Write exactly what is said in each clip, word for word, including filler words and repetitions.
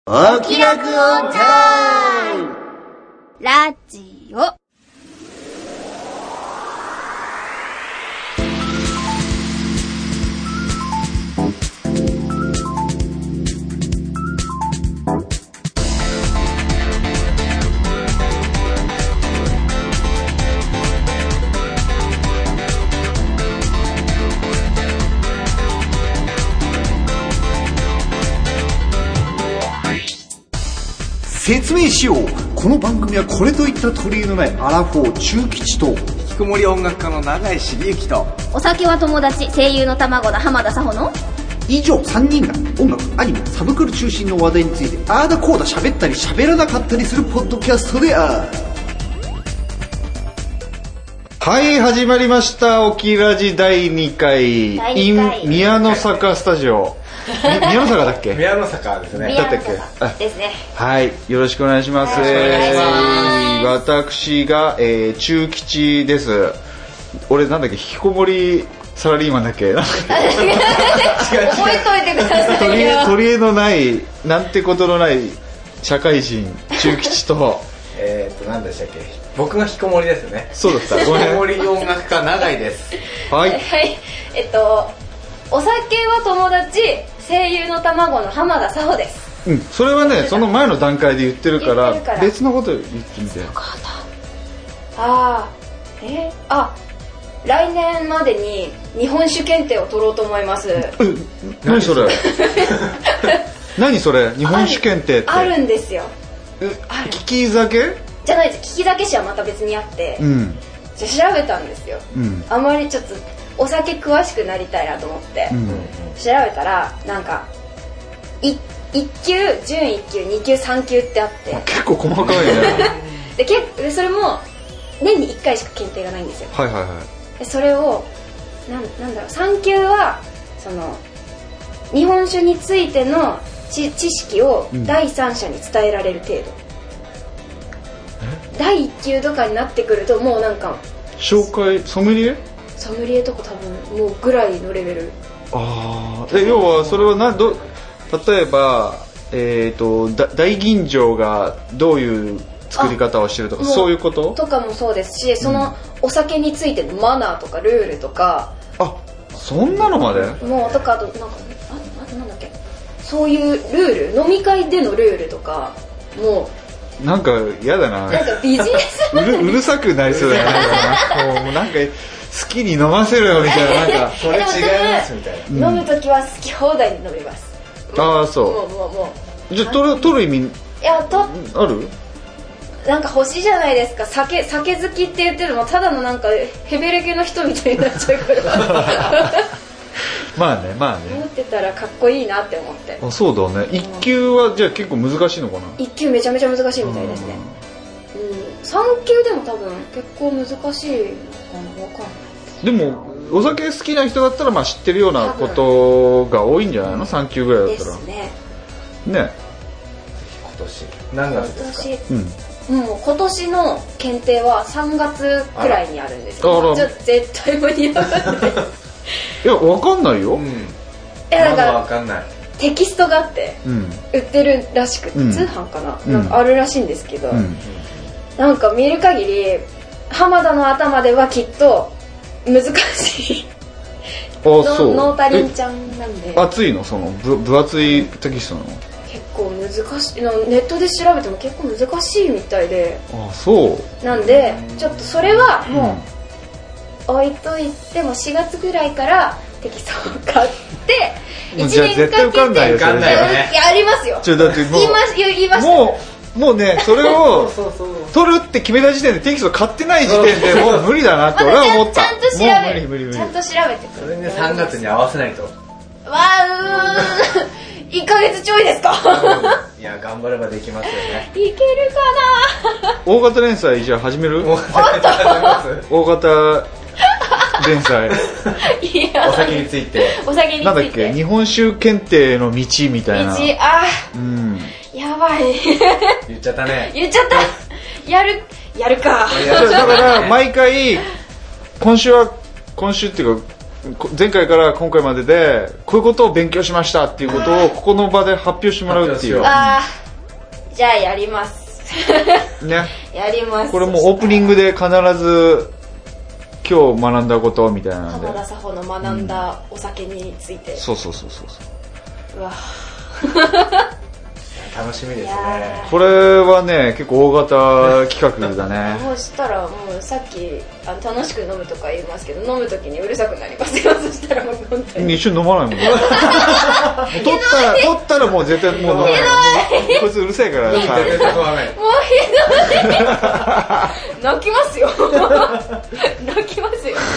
お気楽オンタイムラジオ。 説明しよう。この番組はこれといった取り柄のないアラフォー中吉と引きこもり音楽家の永井茂之とお酒は友達声優の卵の浜田紗穂の以上さんにんが音楽、アニメ、サブクル中心の話題についてあーだこーだ喋ったり喋らなかったりするポッドキャストである。 はい、始まりました。おきラジだいにかい in 宮の坂スタジオ。宮の坂だっけ？ 宮の坂ですね。 だったっけ？ ですね。 はい、よろしくお願いします。私が、えー、中吉です。俺なんだっけ、引きこもりサラリーマンだっけ？覚えといてくださいよ。 取り柄のないなんてことのない社会人中吉とえっと何でしたっけ？僕が引きこもりですね。 そうだった。 引きこもり音楽家永井です。 はい。 はい。えっとお酒は友達声優の卵の浜田紗穂です。 うん、それはね、その前の段階で言ってるから、 言ってるから別のこと言ってみて。 あー、えー、あ、来年までに日本酒検定を取ろうと思います。 え、何それ？何それ？日本酒検定ってあるんですよ。 え、利き酒？ じゃないです。利き酒師はまた別にあって、うん、じゃあ調べたんですよ、うん、あまりちょっとお酒詳しくなりたいなと思って、うん、調べたらなんかいいっ級、準いっ級、に級、さん級ってあって結構細かいねでけでそれも年にいっかいしか検定がないんですよ。 はいはいはい。 でそれをなん、なんだろう、さん級はその日本酒についての知, 知識を第三者に伝えられる程度、うん、だいいっ級とかになってくるともうなんか紹介ソムリエソムリエとか多分もうぐらいのレベル。 ああ、要はそれは何ど例えば、えー、とだ大吟醸がどういう作り方をしてるとかそういうこととかもそうですし、そのお酒についてのマナーとかルールとか、 あ、そんなのまでもうとかあとなんか あ, あとなんだっけ、そういうルール、飲み会でのルールとかもうなんか嫌だな。 なんかビジネスう, るうるさくなりそうだよね。もうなんか好きに飲ませるよみたいな、なんかそれ違いますみたいな、うん、飲むときは好き放題に飲みます。 ああ、そう。 もうもうもうじゃあ取る取る意味いやとある？ なんか欲しいじゃないですか。酒酒好きって言ってるのもただのなんかヘベレケの人みたいになっちゃうからまあねまあね。 思ってたらかっこいいなって思って。 あ、そうだね。いっ級はじゃあ結構難しいのかな？ いっ級めちゃめちゃ難しいみたいですね。うん、さん級でも多分結構難しいのかな、わかんない。 でもお酒好きな人だったらまあ知ってるようなことが多いんじゃないの？さん級ぐらいだったら。 ですね。 ね。 今年何月ですか？ うん、もう今年の検定はさんがつくらいにあるんですよ。じゃあ絶対間に合わない。 いや、わかんないよ。うん、 いや、だからわかんない。 テキストがあって、うん、売ってるらしくて、うん、通販かな、うん、なんかあるらしいんですけど、うん、なんか見る限り浜田の頭ではきっと難しい。 あ、そう。 ノータリンちゃんなんで。 厚いの？そのぶ分厚いテキストなの？ 結構難しい。ネットで調べても結構難しいみたいで。 あ、そう。 なんでちょっとそれはもう置いといて、もしがつぐらいからテキストを買っていちねんかけて。 絶対受かんないよ。 受かんないよね。 やりますよ。 ちょだってもう言いまし言いました。 もうもうね、それを取るって決めた時点でテキスト買ってない時点でもう無理だなって俺は思った。 ちゃんと調べもう無理無理無理。 ちゃんと調べてくる。 それでさんがつに合わせないと。 わあ、うーん。いっかげつちょいですか？ いや、頑張ればできますよね。 いけるかな？ 大型連載じゃあ始める？ 大型連載始めます？ 大型連載。 いや、 お酒について。 お酒について。 なんだっけ？日本酒検定の道みたいな。 道、あー、うん。 やばい。 言っちゃったね。 言っちゃった。やる、やるか。 だから毎回今週は今週っていうか前回から今回まででこういうことを勉強しましたっていうことをここの場で発表してもらうっていう。 あー、じゃあやりますね、 やります。 これもうオープニングで必ず今日学んだことみたいなんで、 浜田佐穂の学んだお酒について、うん、 そうそうそうそううわ楽しみですね。 これはね結構大型企画だねもうしたらもうさっきあの楽しく飲むとか言いますけど、飲むときにうるさくなりますよそしたらもう本当に一緒に飲まないもん取ったら取ったらもう絶対もう飲まないこいつうるさいからさもうひどい泣きますよ泣きますよ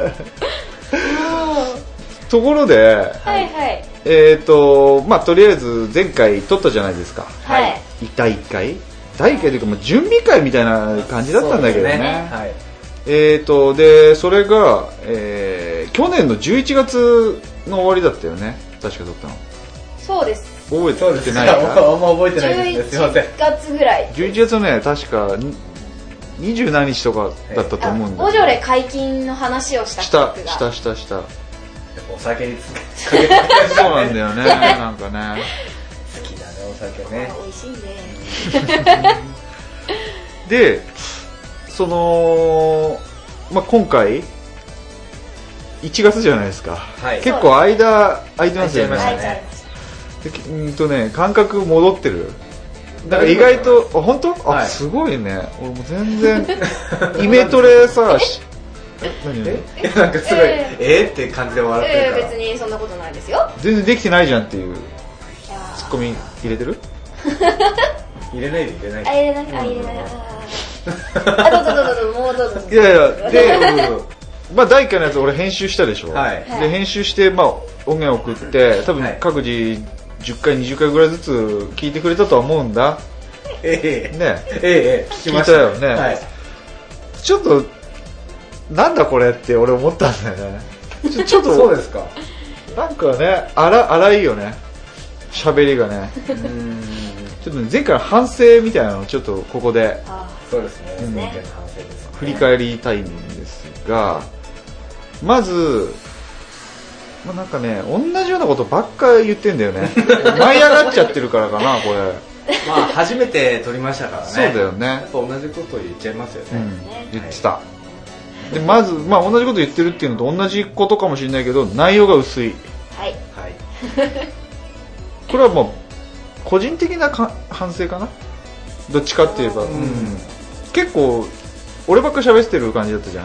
ところで、 はいはい、 えっ、ー、とまあとりあえず前回撮ったじゃないですか。 はい。 だいいっかいだいいっかいというかもう準備会みたいな感じだったんだけどね。ねはい、えっ、ー、とでそれが、えー、去年のじゅういちがつの終わりだったよね。確か撮ったの。 そうです。 覚えてないか。 あんま覚えてないです。すいません。 じゅういちがつぐらい。 じゅういちがつのね確かにじゅう何日とかだったと思うんだけど。 ボジョレ解禁の話をした企画が。したしたしたした。 お酒につかけてそうなんだよねなんかね好きだねお酒ね。 美味しいねでその、まあ、今回いちがつじゃないですか、はい、結構間空いてますよね。うんとね感覚戻ってる。だから意外とあ本当、はい、あすごいね。俺も全然イメトレさ何えなんかすごいえー、えー、って感じで笑ってるから、 えー、別にそんなことないですよ。 全然できてないじゃんっていうツッコミ入れてる入れないで入れないであ入れないあ入れないあどうぞどうぞどうぞもうどうぞいやいやでまあだいいっかいのやつ俺編集したでしょ、はい、で編集してまあ音源送って多分各自じゅっかいにじゅっかいぐらいずつ聞いてくれたとは思うんだ。 ええねええ聞いたよね、はい、ちょっとなんだこれって俺思ったんだよね。ちょ、ちょっとそうですか。 なんかね、荒荒いよね。喋りがね。うんちょっとね前回の反省みたいなのをちょっとここで。 あそうですね。うん、ね振り返りたいんですが、まず、まあ、なんかね同じようなことばっかり言ってんだよね。舞い上がっちゃってるからかなこれ。 まあ初めて撮りましたからね。 そうだよね。 やっぱ同じこと言っちゃいますよね。うん、 言ってた。はいでまず、まあ、同じこと言ってるっていうのと同じことかもしれないけど内容が薄い。 はい、 はい、 これはもう個人的なか反省かなどっちかって言えば、うん、結構俺ばっか喋ってる感じだったじゃん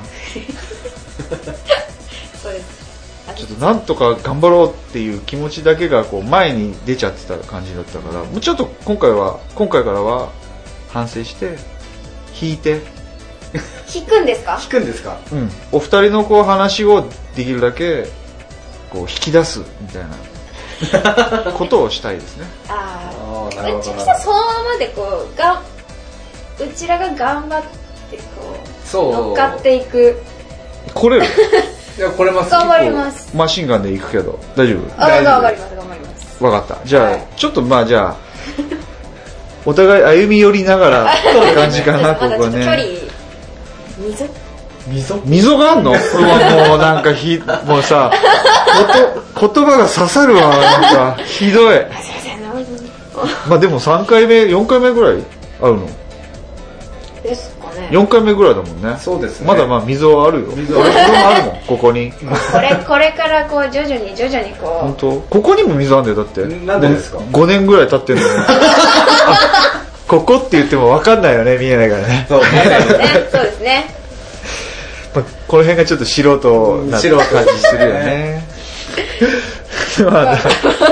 そうですちょっとなんとか頑張ろうっていう気持ちだけがこう前に出ちゃってた感じだったからもうちょっと今回は今回からは反省して引いて引くんですか？ 引くんですか？ うん。お二人のこう話をできるだけこう引き出すみたいなことをしたいですね。 ああ。うちはそのままでこうがうちらが頑張ってこうそう乗っかっていく。 来れる？ いやこれます。 頑張ります。 マシンガンで行くけど大丈夫？ あ頑張ります頑張ります。 わかった。じゃあ、はい、ちょっとまあじゃあお互い歩み寄りながらって感じかなここはね。 距離溝溝溝があんの？これはもうなんかひもうさこと言葉が刺さるわなんかひどい。まあでもさんかいめよんかいめぐらいあるの？ ですかね。 よんかいめぐらいだもんね。 そうですね。 まだまあ溝はあるよ。溝もあるもんここに。 これこれからこう徐々に徐々にこう。 本当？ここにも溝あんだよだって。 なんでですか？ ごねんぐらい経ってるのに。ここって言っても分かんないよね見えないからね。 そうですね。そうですね。 まあ、この辺がちょっと素人な感じするよね。まあ、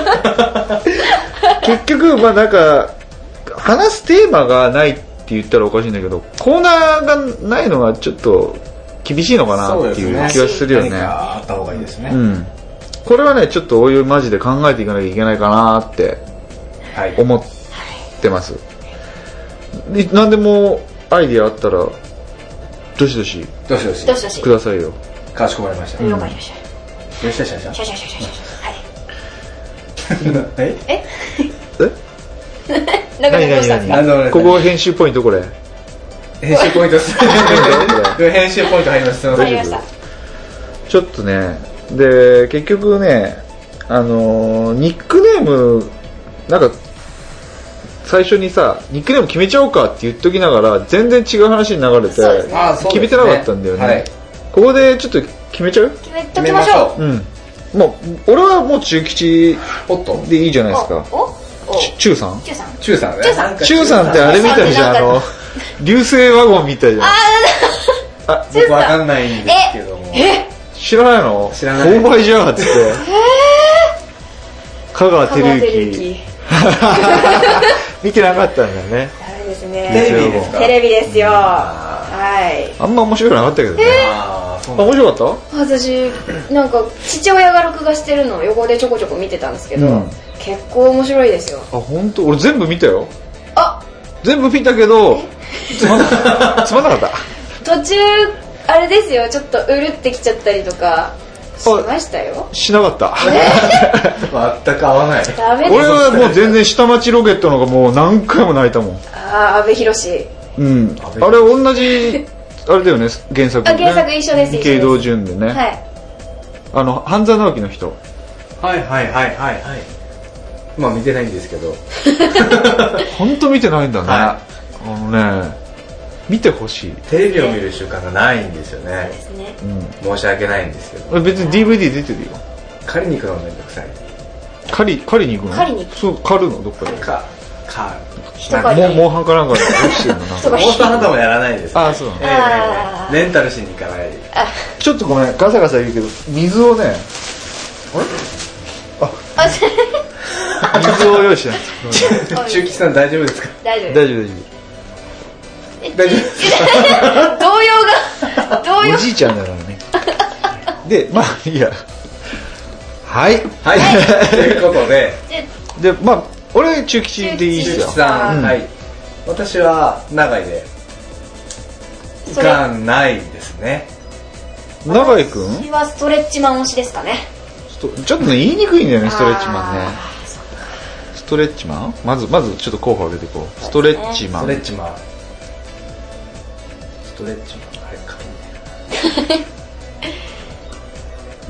結局まあなんか話すテーマがないって言ったらおかしいんだけどコーナーがないのがちょっと厳しいのかなっていう気がするよね。 何かあった方がいいですね。 うん。これはねちょっとおいおいマジで考えていかなきゃいけないかなって思ってます。はい何でもアイディアあったらどしどしどしどしどしどしくださいよ。 かしこまりました。 わかりました。 よしよしよしよし。 シャシャシャシャシャ。はい。え？ え？ え？何何何？ここ編集ポイントこれ。 編集ポイントです。編集ポイント入ります。 入りました。 ちょっとねで結局ね、あのー、ニックネームなんか最初にさニックネーム決めちゃおうかって言っときながら全然違う話に流れて、ね、決めてなかったんだよね、はい、ここでちょっと決めちゃう？ 決めときましょう。うん。 もう俺はもう中吉でいいじゃないですか。 おお中さん？ 中さん。中さんね。 中さんってあれみたいじゃん、あの流星ワゴンみたいじゃん。 あ、僕わかんないんですけども。 え？知らないの？ 知らない。 購買じゃんっつって。香川照之。見てなかったんだよね。 ダメですね。 テレビですか？ テレビですよ。はい。 あんま面白くなかったけどね。 ああ、面白かった？ 私なんか父親が録画してるのを横でちょこちょこ見てたんですけど、うん、結構面白いですよ。 あ、本当？俺全部見たよ。 あ、 全部見たけどつまんなつまんなかった。 途中あれですよ、ちょっとうるってきちゃったりとかしましたよ。 しなかった。 全く合わない。 ダメです。 俺はもう全然下町ロケットの方がもう何回も泣いたもん。 ああ、阿部寛。 うん。あれ同じあれだよね、原作、ね。 あ、原作一緒です。 池井戸潤でね。 はい。 あの半沢直樹の人。 はいはいはいはいはい。まあ見てないんですけど。 本当見てないんだね。はい、あのね、見てほしい。 テレビを見る習慣がないんですよね。 そうですね。 うん、申し訳ないんですけど。 別に ディーブイディー 出てるよ。 借りに行くのめんどくさい。 借り借りに行くの？ 借りに行く。 そう借るのどっかで。 かか。 もうモンハンかなんかでしてるのなんか。 モンスターハンターもやらないです、ね。 あ、そうなの。 えー、レンタルしに行かない。 ちょっとごめん、ガサガサ言うけど水をね。あれ？あ、水を用意してない。 中吉さん大丈夫ですか？ 大丈夫。 大丈夫大丈夫。大丈夫です。 動揺が動揺。 おじいちゃんだからね。で、まあいいや。はい。 はい。ということで。 で、まあ。俺中吉でいいですよ。 中吉さん、うん、はい。私は長井で行かないですね。 長井くん？ 私はストレッチマン推しですかね。 ちょっとね言いにくいんだよね、ストレッチマンね。ストレッチマン？まずまずちょっと候補上げていこう。ストレッチマン。 ストレッチマン。ストレッチマンあれか。 うん、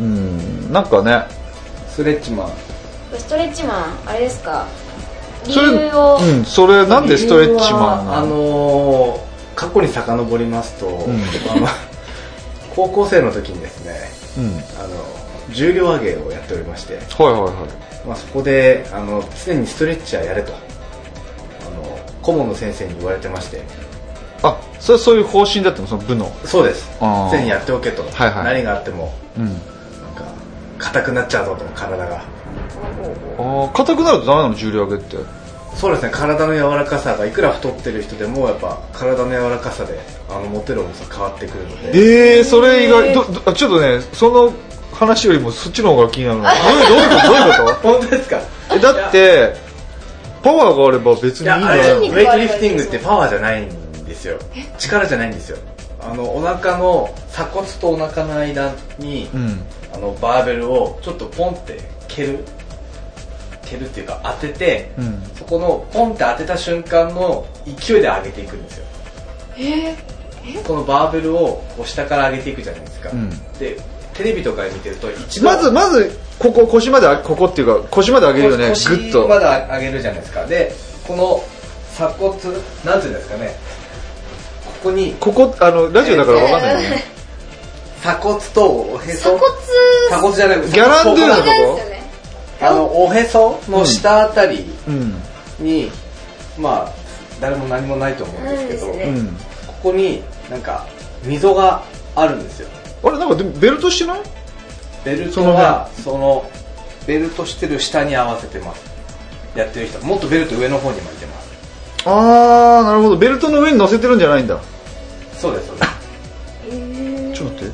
なんかね。 ストレッチマン。 ストレッチマンあれですか？ 理由を。うん、それなんでストレッチマンなの？ あのー、過去に遡りますと、うん、あの高校生の時にですね、うん、あの重量上げをやっておりまして、 はいはいはい。 まあ、そこであの常にストレッチはやれとあの顧問の先生に言われてまして。 あ、それはそういう方針だったの、その部の？ そうです。常にやっておけと、 はいはい、 何があっても、うん、なんか硬くなっちゃうぞと体が。 ああ、硬くなるとダメなの、重量上げって？ そうですね、体の柔らかさがいくら太ってる人でもやっぱ体の柔らかさであの持てる重さ変わってくるので。 えー、それ以外どどちょっとね、その話よりもそっちの方が気になるの。どういうこと？どういうこと？ 本当ですか？ え、だってパワーがあれば別にいいんだよ。 ウェイトリフティングってパワーじゃないんですよ。力じゃないんですよ。あのお腹の鎖骨とお腹の間に、うん、あのバーベルをちょっとポンって蹴る蹴るっていうか当てて、うん、そこのポンって当てた瞬間の勢いで上げていくんですよ。 えー、 このバーベルをこう下から上げていくじゃないですか、うん、でテレビとかで見てると一度まずまずここ腰までここっていうか腰まで上げるよね。グッと腰まで上げるじゃないですか。でこの鎖骨なんていうんですかね、ここにここあのラジオだから分かんないよね。 鎖骨とおへそ、 鎖骨鎖骨じゃないギャランドゥのとこ、 あのおへその下あたりに、うん、まあ誰も何もないと思うんですけど、ね、ここになんか溝があるんですよ。 あれなんかでもベルトしてない？ ベルトはそのベルトしてる下に合わせてます。やってる人もっとベルト上の方に巻いてます。 あー、なるほど。ベルトの上に乗せてるんじゃないんだ。 そうですそうです。 えー、ちょっと待って、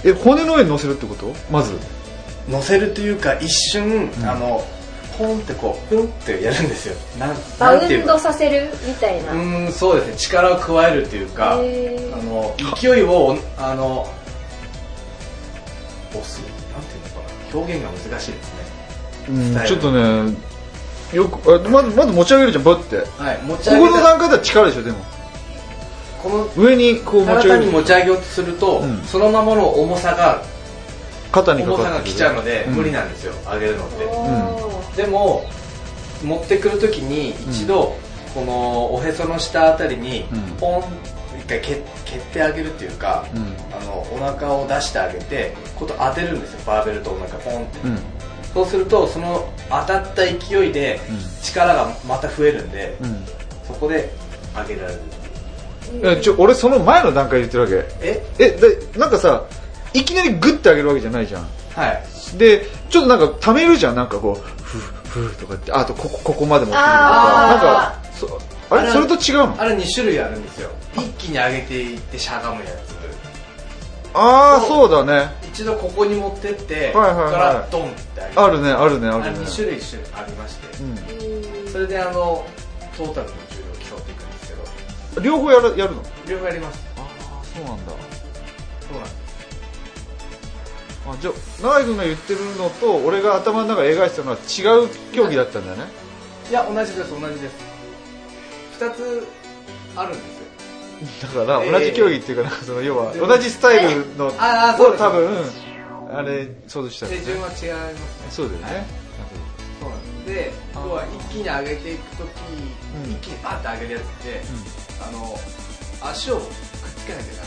え、骨の上に乗せるってこと？まず乗せるというか一瞬、うん、あのポンってこうプンってやるんですよ。なんバウンドさせるみたいな。 うん、そうですね。力を加えるっていうか、あの勢いをあの押す、なんていうのかな、表現が難しいですね。 うん、ちょっとね、よくあまずまず持ち上げるじゃん、バッて。 はい、持ち上げる。 ここの段階では力でしょ。でもこの上にこう持ち上げる。 体に持ち上げようとすると、うん、そのままの重さが肩にかかって重さが来ちゃうので無理なんですよ、うん、上げるのって、うん、でも持ってくるときに一度このおへその下あたりにポン一回蹴ってあげるっていうか、うん、あのお腹を出してあげてこと当てるんですよ、バーベルとお腹ポンって、うん、そうするとその当たった勢いで力がまた増えるんで、うん、そこで上げられる。 えちょ俺その前の段階で言ってるわけ。ええでなんかさいきなりグッて上げるわけじゃないじゃん。 はい。 でちょっとなんか溜めるじゃん、なんかこうフーフーとかって、あとここここまで持ってくるとか、なんかそあれそれと違うの？ あれに種類あるんですよ。一気に上げていってしゃがむやつ。 ああそうだね。 一度ここに持ってって、はいはいはい、からドンって上げる。 あるねあるねあるね。 に種類種類ありまして、うん、それであのトータルの重量を競っていくんですけど。 両方やるやるの？ 両方やります。 ああそうなんだ。 そうなんです。 あじゃあ永井君が言ってるのと俺が頭の中で描いてたのは違う競技だったんだよね。 いや同じです同じです。ふたつあるんですよ。 だから同じ競技っていうかなんかその要は同じスタイルのを多分あれそうでしたね。 手順は違いますね。 そうだよね。 そうなんで要は一気に上げていくとき、うん、一気にバッて上げるやつって、うん、あの足をくっつけなきゃいけない。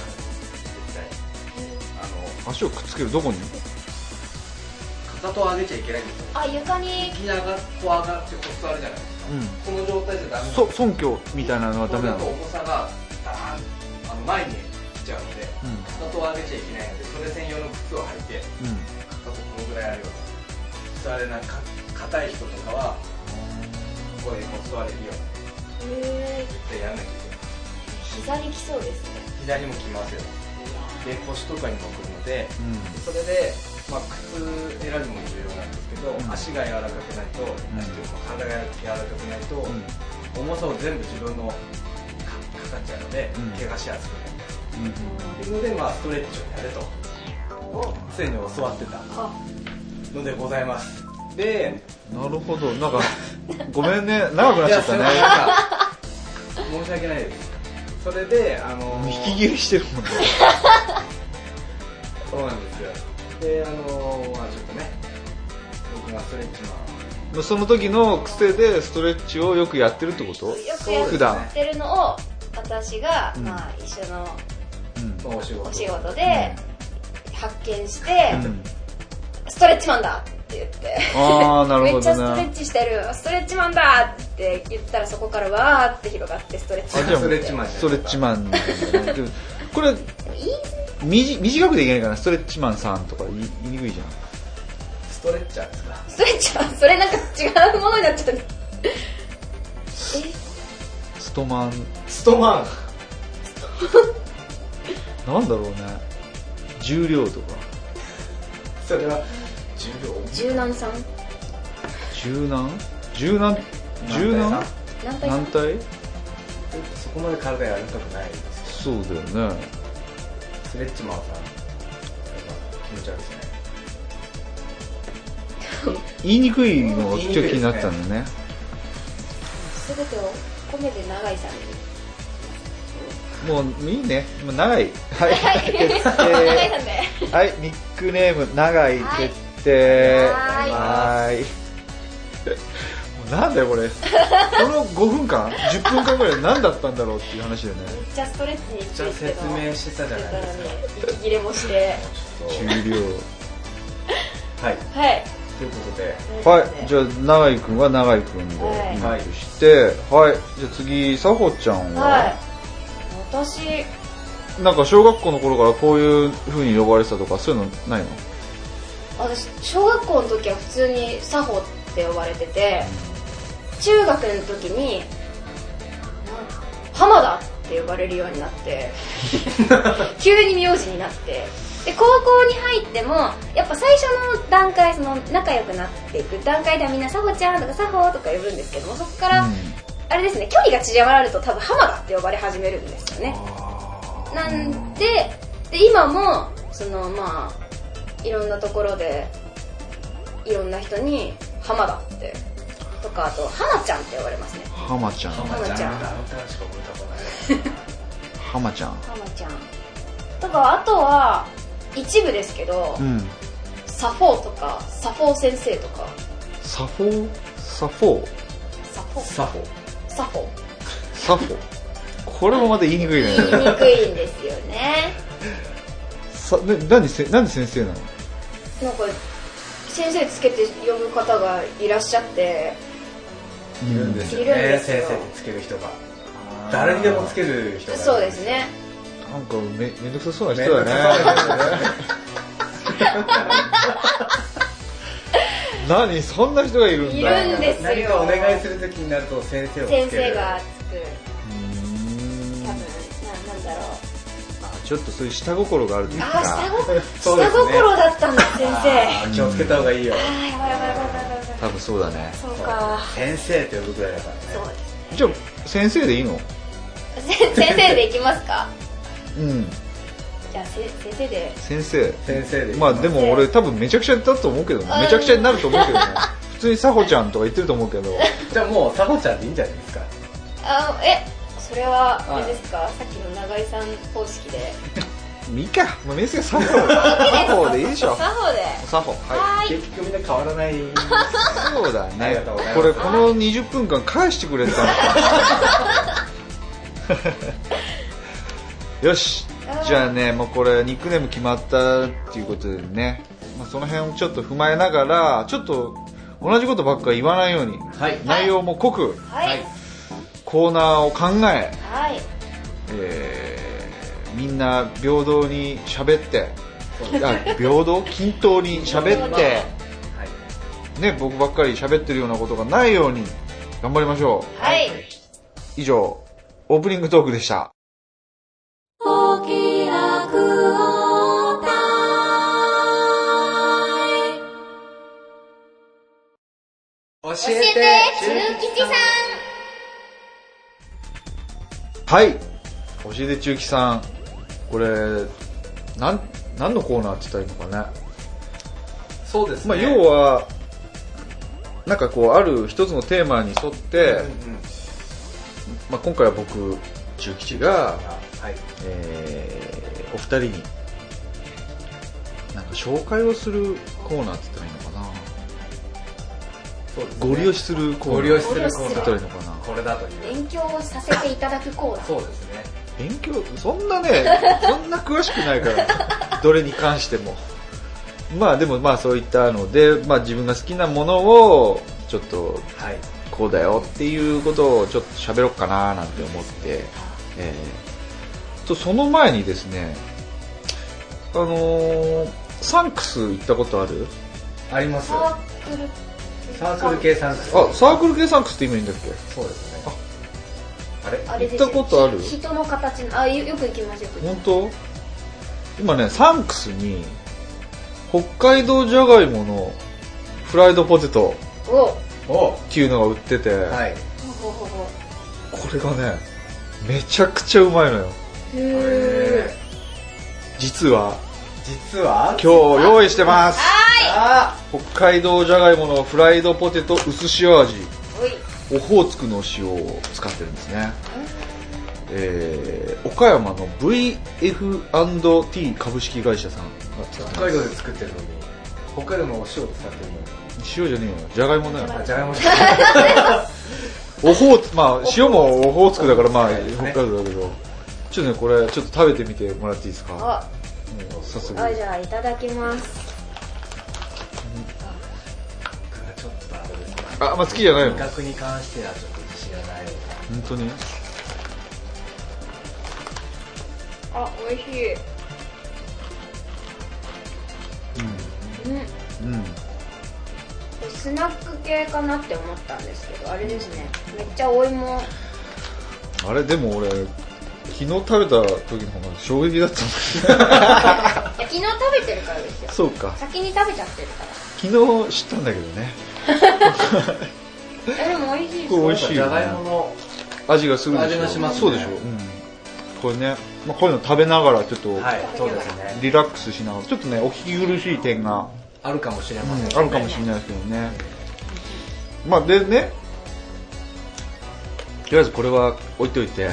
あの足をくっつけるどこに？ かかとを上げちゃいけないんですよ。 あ床に。 一気に上がってこう上がってこう座るじゃないですか。うん、その状態じゃダメ。 そ尊虚みたいなのはダメなの？ 重さがダーンあの前に来ちゃうので、うん、かかとを上げちゃいけないのでそれ専用の靴を履いて、うん、かかとこのぐらいあるような座れないか硬い人とかはここでこう座れるように絶対やらなきゃいけない。 膝にきそうですね。 膝にもきますよ。で腰とかにもくるので、うん、それで、まあ、靴選びも重要なんですけど、うん、足が柔らかくないと、うん、体が柔らかくないと、うん、重さを全部自分の か, かかっちゃうので、うん、怪我しやすくなる、うん、というので、まあ、ストレッチをやれと常に教わってたのでございます。でなるほど。なんかごめんね長くなっちゃったね。 申し訳ないです。それであのー、 引き切りしてるもんね。 そうなんですよ。であのー、まあちょっとね僕がストレッチマンその時の癖でストレッチをよくやってるってこと？よくやってるのを私が、うん、まあ一緒の、うん、お仕事、お仕事で発見して、うん、ストレッチマンだって言ってあなるほど、ね、 めっちゃストレッチしてるストレッチマンだって言ったらそこからわーって広がってストレッチマン。 あストレッチマンストレッチマンこれ短くできないかな。ストレッチマンさんとか言いにくいじゃん。 ストレッチャーですか？ ストレッチャーそれなんか違うものになっちゃった。えストマンストマンなんだろうね。重量とかそれは重量柔軟さん柔軟柔軟柔軟軟体そこまで体やりたくないです。 そうだよね。 ストレッチマンさん気持ち悪いですね。 言いにくいのがちょっと気になったんだね。 すべてを込めて永井さんにもういいね。もう長いはい、 はい、永井さんではいニックネーム長い決定。はいはいなんだよこれこのごふんかんじゅっぷんかんぐらい何だったんだろうっていう話でね。 めっちゃストレッチについての説明してたじゃないですか。 息切れもして終了はいはいということではいじゃあ永井くんは永井くんでインタビューしてはい、はい、じゃあ次さほちゃんは、はい、 私なんか小学校の頃からこういう風に呼ばれてたとかそういうのないの？ 私小学校の時は普通にサホって呼ばれてて、中学の時に浜田って呼ばれるようになって急に名字になって、で高校に入ってもやっぱ最初の段階その仲良くなっていく段階ではみんなサホちゃんとかサホとか呼ぶんですけども、そこから、うん、あれですね距離が縮まると多分浜田って呼ばれ始めるんですよね。なんで、で今もそのまあいろんなところでいろんな人に浜田ってとかあと浜ちゃんって呼ばれますね。 浜ちゃん浜ちゃん浜ちゃん浜ちゃんとかあとは一部ですけど、うん、 サフォーとかサフォー先生とか。 サフォーサフォーサフォーサフォサフォーサフォーこれもまた言いにくいね。 言いにくいんですよね。 さね何せなんで先生なの？ なんか先生つけて呼ぶ方がいらっしゃって。 いるんですよね、先生ってつける人が。誰にでもつける人がいる。 そうですね。 なんか め, めんどくさそうな人だね。何そんな人がいるんだ。 いるんですよ。 何かお願いするときになると先生をつける。 先生がつく。多分な、なんだろう。 あ、ちょっとそういう下心があるというか。 あ、下心、下心だったんだ、先生。 気をつけた方がいいよ。 あ、やばいやばいやばいやばい。 多分そうだね。 そうか。 先生って呼ぶぐらいだからね。 そうですね。 じゃあ先生でいいの？ 先生でいきますか？ うん。 じゃあ先生で。 先生。 先生で。 まあでも俺多分めちゃくちゃだと思うけどね。めちゃくちゃになると思うけどね。普通にサホちゃんとか言ってると思うけど。 じゃあもうサホちゃんでいいんじゃないですか？ あ、え、それはあれですか？さっきの永井さん方式で。 いいか。まあ面接サホ。サホでいいでしょ。 サホで。 サホ。 はい。 結局みんな変わらない。 そうだね。これこのにじゅっぷんかん返してくれたのか。よし。じゃあね、もうこれニックネーム決まったっていうことでね、まあ、その辺をちょっと踏まえながら、ちょっと同じことばっかり言わないように、はい、内容も濃く、はい、コーナーを考え、はい、えー、みんな平等に喋って、あ、平等均等に喋って、はい、ね、僕ばっかり喋ってるようなことがないように頑張りましょう。はい、以上オープニングトークでした。お気楽をたい教えて中吉さん。 はい、教えて中吉さん、これなん何のコーナーって言ったらいいのかね。 そうですね、 まあ、要はなんかこうある一つのテーマに沿って、うんうん、まあ、今回は僕中吉が、はい、えー、お二人になんか紹介をするコーナーって言ったらいいのかな。そうですね、ご利用しするコーナー。 ご利用しするコーナーって言ったらいいのかな。 これだという勉強をさせていただくコーナー。 そうですね。 勉強そんなねそんな詳しくないからどれに関しても。まあでもまあそういったので、まあ、自分が好きなものをちょっとこうだよっていうことをちょっと喋ろうかななんて思って、えー、とその前にですね、あのー、サンクス行ったことある？ あります。サークルサークル系サンクス。 あ、サークル系サンクスって意味いいんだっけ？ そうですね。 あれ？あれ行ったことある？ 人の形の、あ、よく行きました。 本当？今ね、サンクスに北海道じゃがいものフライドポテトっていうのが売ってて、はい、これがねめちゃくちゃうまいのよ。へー。実は実は今日用意してます。はい、北海道じゃがいものフライドポテト薄塩味、オホーツクの塩を使ってるんですね。えー、岡山の ブイエフアンドティー 株式会社さんが使ってます。 北海道で作ってるのに北海道のお塩を使ってるのに。 塩じゃねえよ、じゃがいもだよ。 じゃがいもオホーツ、まあ塩もオホーツクだからまあ北海道だけど、ちょっとねこれちょっと食べてみてもらっていいですか。あ、 もう早速。あ、じゃあいただきます。 ちょっとあれですね。 あ、まあ好きじゃないの。 味覚に関してはちょっと自信がない。 本当に。 あ、美味しい。うん。うん。うん。スナック系かなって思ったんですけど、あれですね。めっちゃお芋。 あれでも俺昨日食べた時の方が衝撃だったんだいや昨日食べてるからですよ。 そうか。 先に食べちゃってるから。 昨日知ったんだけどね。 でも美味しいです。 これ美味しい。 じゃがいもの味がするでしょ。 味がしますね。 そうでしょ。うん。これね、まあ、こういうの食べながらちょっと、 はい、そうですね、 リラックスしながらちょっとねお聞き苦しい点があるかもしれません、ね、 うん、あるかもしれないですけどね。まあでね、とりあえずこれは置いといて、はい、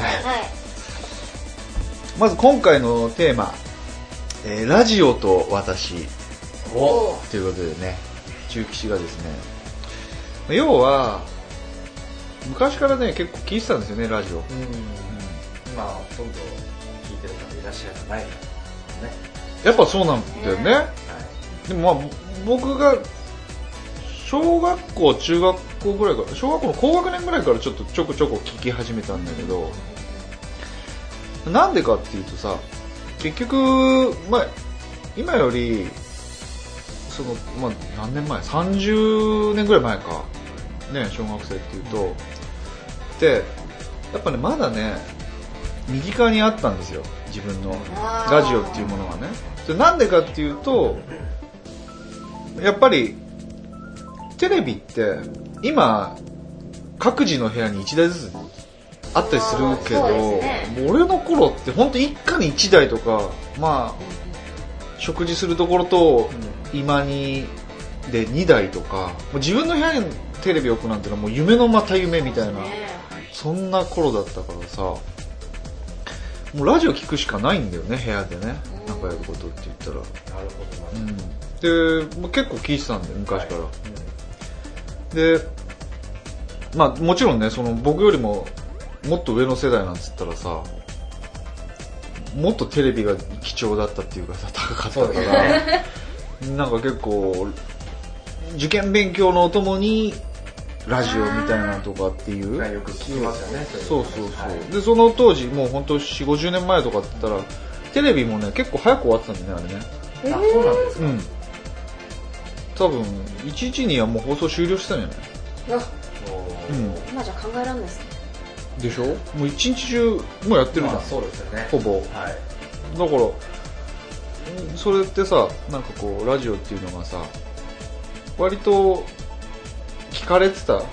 まず今回のテーマ、えー、ラジオと私おということでね、中吉がですね、要は昔からね結構聞いてたんですよね、ラジオ。うん、 まあほとんど聞いてる方いらっしゃらないからね。 やっぱそうなんだよね。はい、でもまあ僕が小学校中学校ぐらいから、小学校の高学年ぐらいからちょっとちょこちょこ聞き始めたんだけど、なんでかっていうとさ、結局まあ今よりそのまあ何年前、さんじゅうねんぐらい前かね、小学生っていうと、でやっぱねまだね身近にあったんですよ、自分のラジオっていうものがね。それなんでかっていうと、やっぱりテレビって今各自の部屋にいちだいずつあったりするけど、ね、俺の頃って本当一家にいちだいとか、まあ食事するところと居間にでにだいとか、もう自分の部屋にテレビ置くなんてのはもう夢のまた夢みたいな、そんな頃だったからさ、もうラジオ聞くしかないんだよね、部屋でね、なんかやることって言ったら。なるほど、うん、で、まあ、結構聞いてたんだよ昔から、はい、うん、でまあもちろんね、その僕よりももっと上の世代なんつったらさ、もっとテレビが貴重だったっていうかさ、高かったから、ね、なんか結構受験勉強のお供にラジオみたいなとかっていう、 よく聞きますよね。 そうそうそう、はい、でその当時もう本当よんじゅうごじゅうねんまえとかって言ったらテレビもね結構早く終わってたんだよね、あれね。 あ、そうなんですか。うん、 多分いちいちにはもう放送終了してたんじゃない。あ、 うん、今じゃ考えられないですね。 でしょ、もう一日中もうやってるじゃん、まあ、 そうですよね、 ほぼ、はい、だからそれってさ、なんかこうラジオっていうのがさ割と聞かれてた、うん、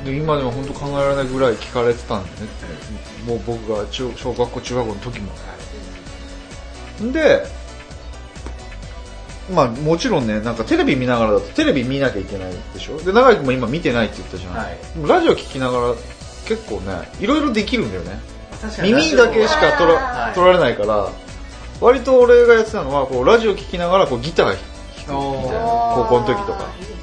で今でも本当考えられないぐらい聞かれてたんだよね、うん、もう僕が中小学校中学校の時も、うん、でまあもちろんね、なんかテレビ見ながらだとテレビ見なきゃいけないでしょ。で長井君も今見てないって言ったじゃん、はい、でもラジオ聞きながら結構ねいろいろできるんだよね。耳だけしか取ら、取られないから、割と俺がやってたのはこうラジオ聞きながらこうギター弾くみたいな、高校の時とか、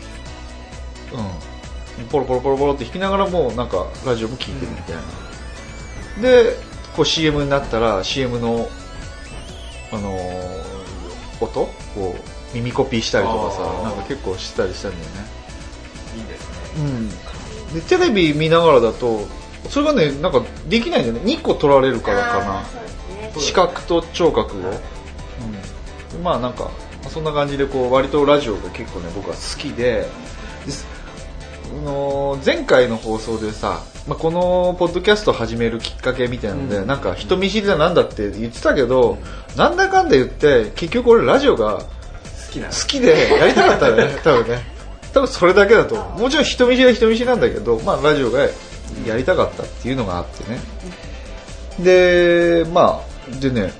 うん、ポロポロポロポロって弾きながらもうなんかラジオも聞いてるみたいな、うん、でこう シーエム になったら シーエム のあのー、音を耳コピーしたりとかさ、なんか結構してたりしたんだよね。 いいですね。 うん。でテレビ見ながらだとそれがねなんかできないんだよね。にこ取られるからかな。ね、視覚と聴覚を。うん、まあなんかそんな感じでこう割とラジオが結構ね僕は好きで、あのー、前回の放送でさ、まあ、このポッドキャスト始めるきっかけみたいなので、うん、なんか人見知りだなんだって言ってたけど、うん、なんだかんだ言って結局俺ラジオが好きな好きでやりたかったね多分ね多分それだけだと。もちろん人見知りは人見知りなんだけど、まあラジオがやりたかったっていうのがあってね。でまあでね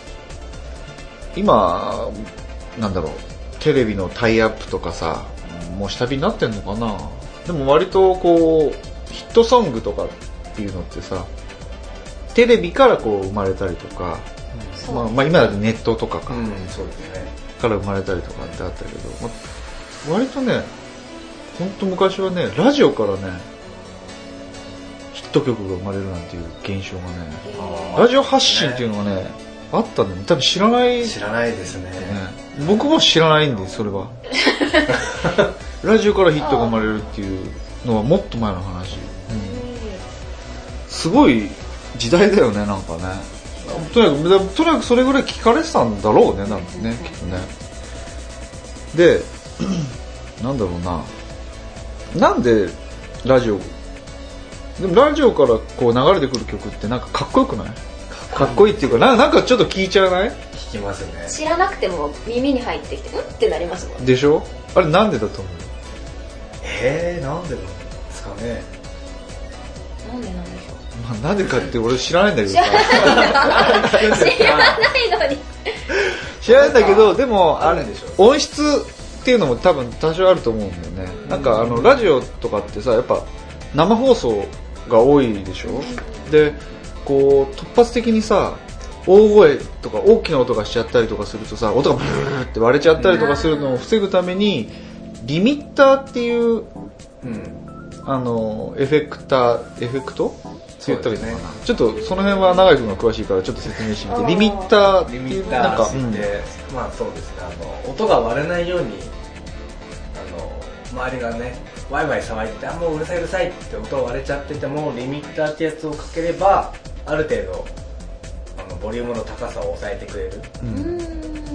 今なんだろうテレビのタイアップとかさもう下火になってんのかな。でも割とこうヒットソングとかっていうのってさテレビからこう生まれたりとか、うんまあ、まあ今だとネットとかか、うん、そうですね、から生まれたりとかってあったけど、まあ、割とねほんと昔はねラジオからねヒット曲が生まれるなんていう現象がね、ラジオ発信っていうのがねあったんだよね。多分知らない知らないですね。ね僕も知らないんでそれはラジオからヒットが生まれるっていうのはもっと前の話、うん、すごい時代だよねなんかね。とにかくとにかくそれぐらい聞かれてたんだろうねなんてねきっとね。でなんだろうな、なんでラジオでもラジオからこう流れてくる曲ってなんかかっこよくない？かっこいいっていうか な, なんかちょっと聞いちゃわない？ 聞きますね。 知らなくても耳に入ってきてうんってなりますもん。 でしょ？あれなんでだと思う？ えー、なんでなんですかね。 なんでなんでしょう。 まあ、なんでかって俺知らないんだけどさ知らないのに知らないんだけどでもあれ音質っていうのも多分多少あると思うんだよね。なんかあのラジオとかってさやっぱ生放送が多いでしょ。でこう突発的にさ大声とか大きな音がしちゃったりとかするとさ、音がブーって割れちゃったりとかするのを防ぐためにリミッターっていう、うん、あのエフェクターエフェクトって言ったらいいのかな、ね、ちょっとその辺は永井君が詳しいからちょっと説明してみて。リミッターっていうリミッターなんか、うん、まあそうですね、あの音が割れないようにあの周りがねワイワイ騒いでて、あもううるさいうるさいって音が割れちゃっててもリミッターってやつをかければある程度あのボリュームの高さを抑えてくれる、うん、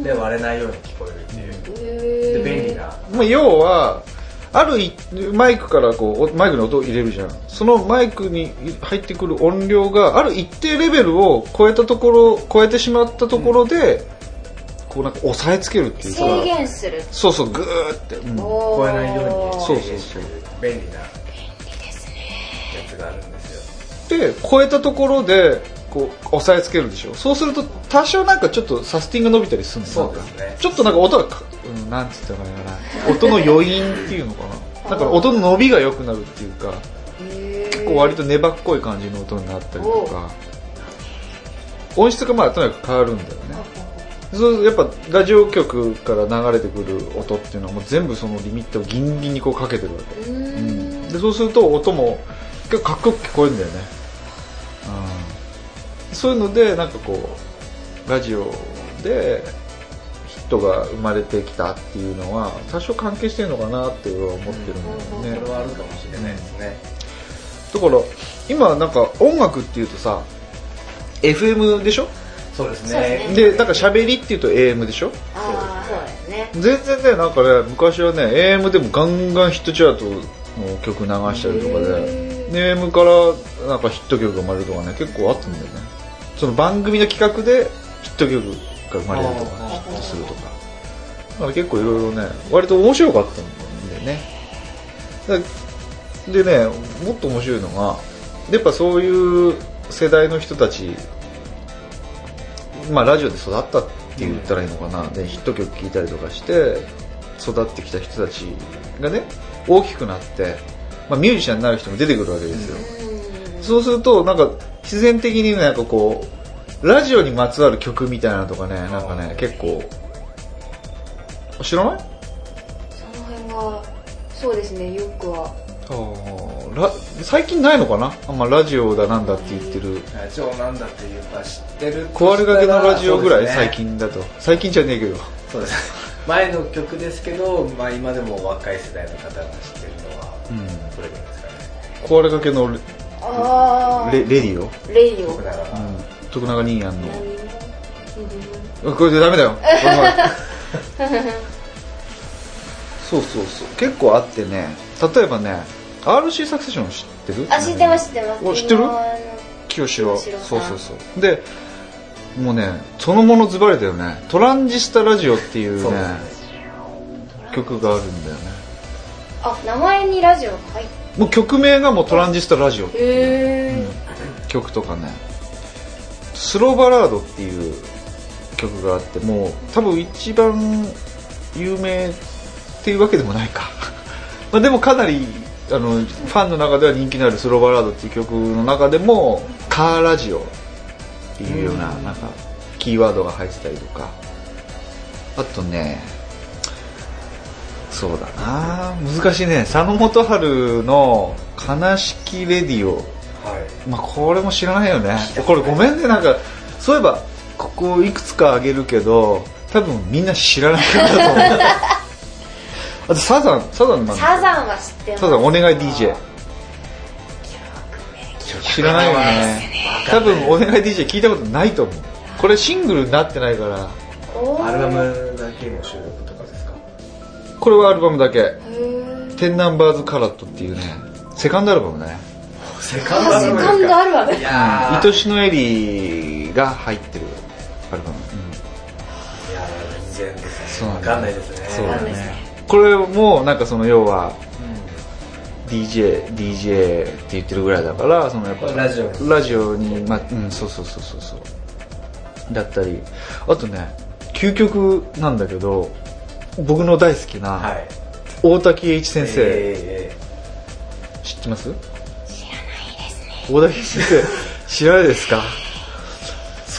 で割れないように聞こえるっていう、で便利な、 まあ、要はあるマイクからこうマイクに音を入れるじゃん。そのマイクに入ってくる音量がある一定レベルを超えたところ超えてしまったところで、うん、こうなんか押さえつけるっていうか制限する。 そうそうグーって、うん、 超えないようにそうそうそう便利なやつがあるんですよ。 で超えたところでこう押さえつけるでしょ。そうすると多少なんかちょっとサスティンが伸びたりするんだよ。 そうですね。 ちょっとなんか音が、うん、なんつったかな、音の余韻っていうのかな。だから音の伸びが良くなるっていうか、結構割と粘っこい感じの音になったりとか、音質がまあとにかく変わるんだよね。そうやっぱラジオ局から流れてくる音っていうのはもう全部そのリミッターをギンギンにこうかけてるわけ。うん、でそうすると音も結構かっこよく聞こえるんだよね。うん、そういうのでなんかこうラジオでヒットが生まれてきたっていうのは多少関係してるのかなって思ってるんだよね。 それはあるかもしれないですね。 だから今なんか音楽っていうとさ エフエム でしょ。 そうですね。 でだから喋りっていうと エーエム でしょ。 ああそうですね。 全然ねなんかね昔はね エーエム でもガンガンヒットチャートの曲流したりとかで エーエム からなんかヒット曲が生まれるとかね結構あったんだよね。その番組の企画でヒット曲が生まれるとかヒットするとか、だから結構いろいろね割と面白かったんだよね。でねもっと面白いのがやっぱそういう世代の人たち、まあラジオで育ったって言ったらいいのかな、でヒット曲聴いたりとかして育ってきた人たちがね大きくなって、まあ、ミュージシャンになる人も出てくるわけですよ。そうするとなんか必然的になんかこうラジオにまつわる曲みたいなのとかねなんかね結構知らない？ その辺はそうですねよくは。 あラ最近ないのかな、あんまラジオだなんだって言ってる。 ラジオなんだっていうか知ってる。 壊れかけのラジオぐらい、ね、最近だと。最近じゃねえけど。 そうです。前の曲ですけど、まあ今でも若い世代の方が知ってるのは、うん、どれぐらいですかね。 壊れかけのレあレレディオ。 レディオ。 徳永。うん、 徳永兄やんの。うん、これでダメだよ。そうそうそう。結構あってね。例えばね。アールシー サクセション知ってる？ あ、知ってます知ってます。 知ってる？清志郎。そうそうそう。で、もうね、そのものズバリだよね。トランジスタラジオっていうね、曲があるんだよね。 あ、名前にラジオ入って。 もう曲名がもうトランジスタラジオっていう、 へうん、曲とかね。スローバラードっていう曲があって、もう多分一番有名っていうわけでもないか。まあでもかなりあのファンの中では人気のあるスローバラードっていう曲の中でもカーラジオっていうような、なんかキーワードが入ってたりとか、あとねそうだな難しいね、佐野元春の悲しきレディオ、はい、まあこれも知らないよね。これごめんね、なんかそういえばここいくつかあげるけど多分みんな知らないんだと思う。あとサザン、サザンなんサザンは知ってます。 サザンお願い ディージェー。知らないよね。多分お願い ディージェー 聞いたことないと思う。これシングルになってないから。 アルバムだけの収録とかですか？ これはアルバムだけ。テンナンバーズカラットっていうね、セカンドアルバムね。 セカンドアルバムですか？ セカンドアルバム。 いやー。愛しのエリが入ってるアルバム。うん、 いやー全然ですね。わかんないですね。 そうだね。これもなんかその要は、うん、ディージェー ディージェー って言ってるぐらいだから、そのやっぱラジオにラジオにまあうんそうそうそうそうそうだったり、あとね究極なんだけど僕の大好きな、はい、大滝栄一先生、えー、知ってます？ 知らないですね。 大滝先生知らないですか？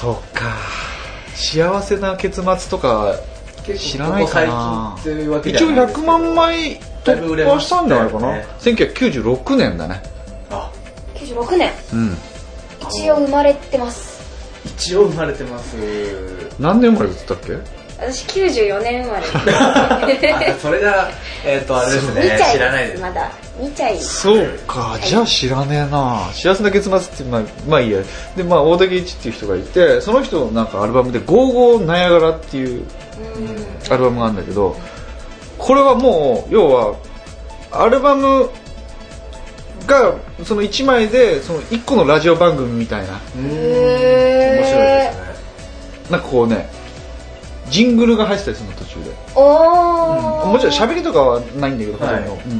そうか。幸せな結末とか知らないかな。一応ひゃくまんまい突破したんじゃないかな。せんきゅうひゃくきゅうじゅうろくねんだね。 あ、きゅうじゅうろくねん。 うん。 一応生まれてます。 一応生まれてます。 何年生まれって言ったっけ？ 私きゅうじゅうよねん生まれ。 あ、それがえっとあれですね。知らないです。 まだにちゃい。 そうか、じゃあ知らねえな。幸せな結末ってまあまあいいや。でまあ大竹一っていう人がいて、その人なんかアルバムでゴーゴーナイアガラっていうアルバムがあるんだけど、これはもう要はアルバムがそのいちまいでそのいっこのラジオ番組みたいな。 へー、 面白いですね。 なんかこうね、ジングルが入ってたりするの途中で。 おー、 うん、もちろん喋りとかはないんだけど、ほとんど、はい、うん、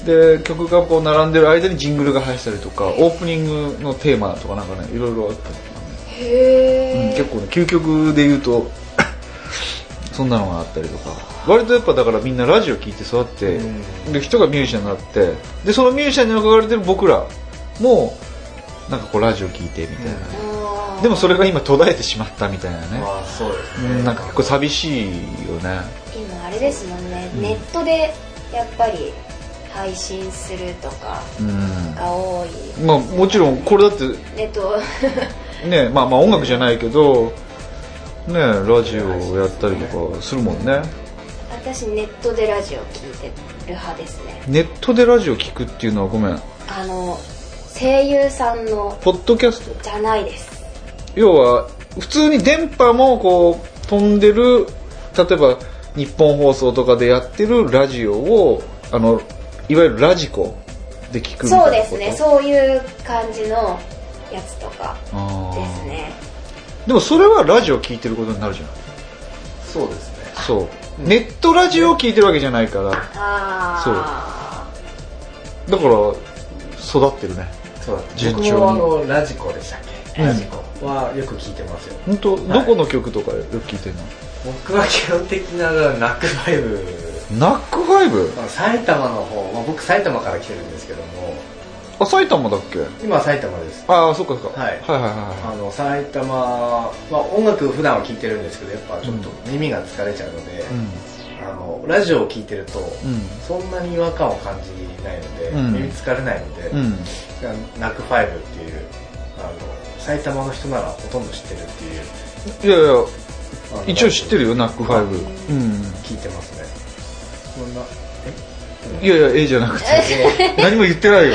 で曲がこう並んでる間にジングルが入ってたりとか、オープニングのテーマとかなんかね、いろいろあったりとかね。 へー、 うん、結構ね、究極で言うとそんなのがあったりとか、割とやっぱだからみんなラジオ聞いて育って、うん、で人がミュージシャンになって、でそのミュージシャンに憧れてる僕らもなんかこうラジオ聞いてみたいな、うん、でもそれが今途絶えてしまったみたいなね。 あ、そうですね、 うん、なんか結構寂しいよね。 今あれですもんね、うん、ネットでやっぱり配信するとかが多い、 うん、まあもちろんこれだってネットね、まあまあ音楽じゃないけどね、ラジオをやったりとかするもんね。 私ネットでラジオ聞いてる派ですね。 ネットでラジオ聞くっていうのはごめん、 あの声優さんのポッドキャストじゃないです。 要は普通に電波もこう飛んでる、例えば日本放送とかでやってるラジオをあのいわゆるラジコで聞くみたいなこと。 そうですね、そういう感じのやつとかですね。 でもそれはラジオ聞いてることになるじゃん。 そうですね。 そう、うん、ネットラジオを聞いてるわけじゃないから。 あ、 そうだから育ってるね。 そうだ、順調に。僕もあのラジコでしたっけ、うん、ラジコはよく聞いてますよ。 本当、はい、どこの曲とかよく聞いてるの？ 僕は基本的なナックファイブ。 ナックファイブ？ 埼玉の方、まあ、僕埼玉から来てるんですけども。 あ、埼玉だっけ？ 今埼玉です。 ああ、そっかそっか、 はい、はいはいはい。あの埼玉、まあ、音楽普段は聴いてるんですけど、やっぱちょっと耳が疲れちゃうので、うん、あのラジオを聴いてると、うん、そんなに違和感を感じないので、うん、耳疲れないので、うん、ナックファイブっていうあの埼玉の人ならほとんど知ってるっていう。 いやいや、一応知ってるよ、ナックファイブ。 うん、聞いてますね。そんな、 いやいや、ええじゃなくて何も言ってないよ。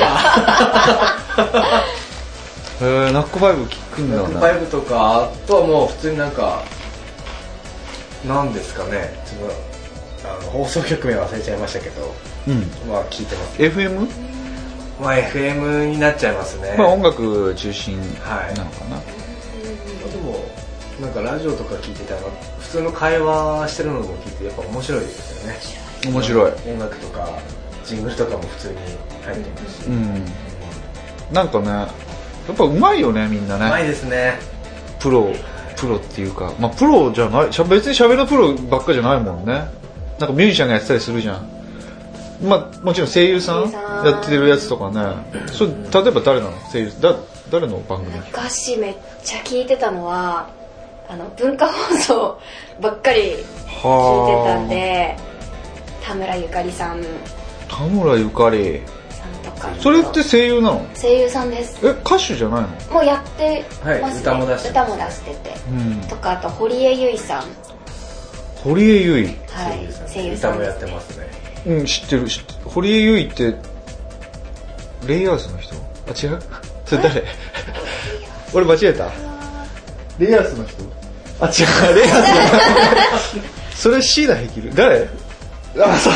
えー、ナックファイブ聞くんだね。 ナックファイブとか、あとはもう普通になんかなんですかね、ちょっとあの放送局名忘れちゃいましたけど、うん、まあ聞いてます。 エフエム？ まあ エフエム になっちゃいますね。 まあ音楽中心なのかな、はい、 でもなんかラジオとか聞いてたら普通の会話してるのも聞いてやっぱ面白いですよね。 面白い。 音楽とかジングルとかも普通に入ってますし、うん、 なんかね、やっぱうまいよね、みんなね。 うまいですね。 プロ、プロっていうか、まあプロじゃない、別に喋りのプロばっかじゃないもんね。なんかミュージシャンがやってたりするじゃん。まあもちろん声優さんやってるやつとかね。それ例えば誰なの？声優だ誰の番組？ 昔めっちゃ聞いてたのはあの文化放送ばっかり聞いてたんで。田村ゆかりさん。 田村ゆかりさんとか。 それって声優なの？ 声優さんです。 え、歌手じゃないの？ もうやってますね。 はい、歌も出して、 歌も出してて、うん、とかあと堀江由衣さん。 堀江由衣。 はい、声優さん。歌もやってますね。 うん、知ってる知ってる。堀江由衣ってレイヤースの人？あ、違う？それ誰？俺間違えた？レイヤースの人？あ、違う、レイヤースじゃない。それ椎名ヘキル。誰？あ、そう。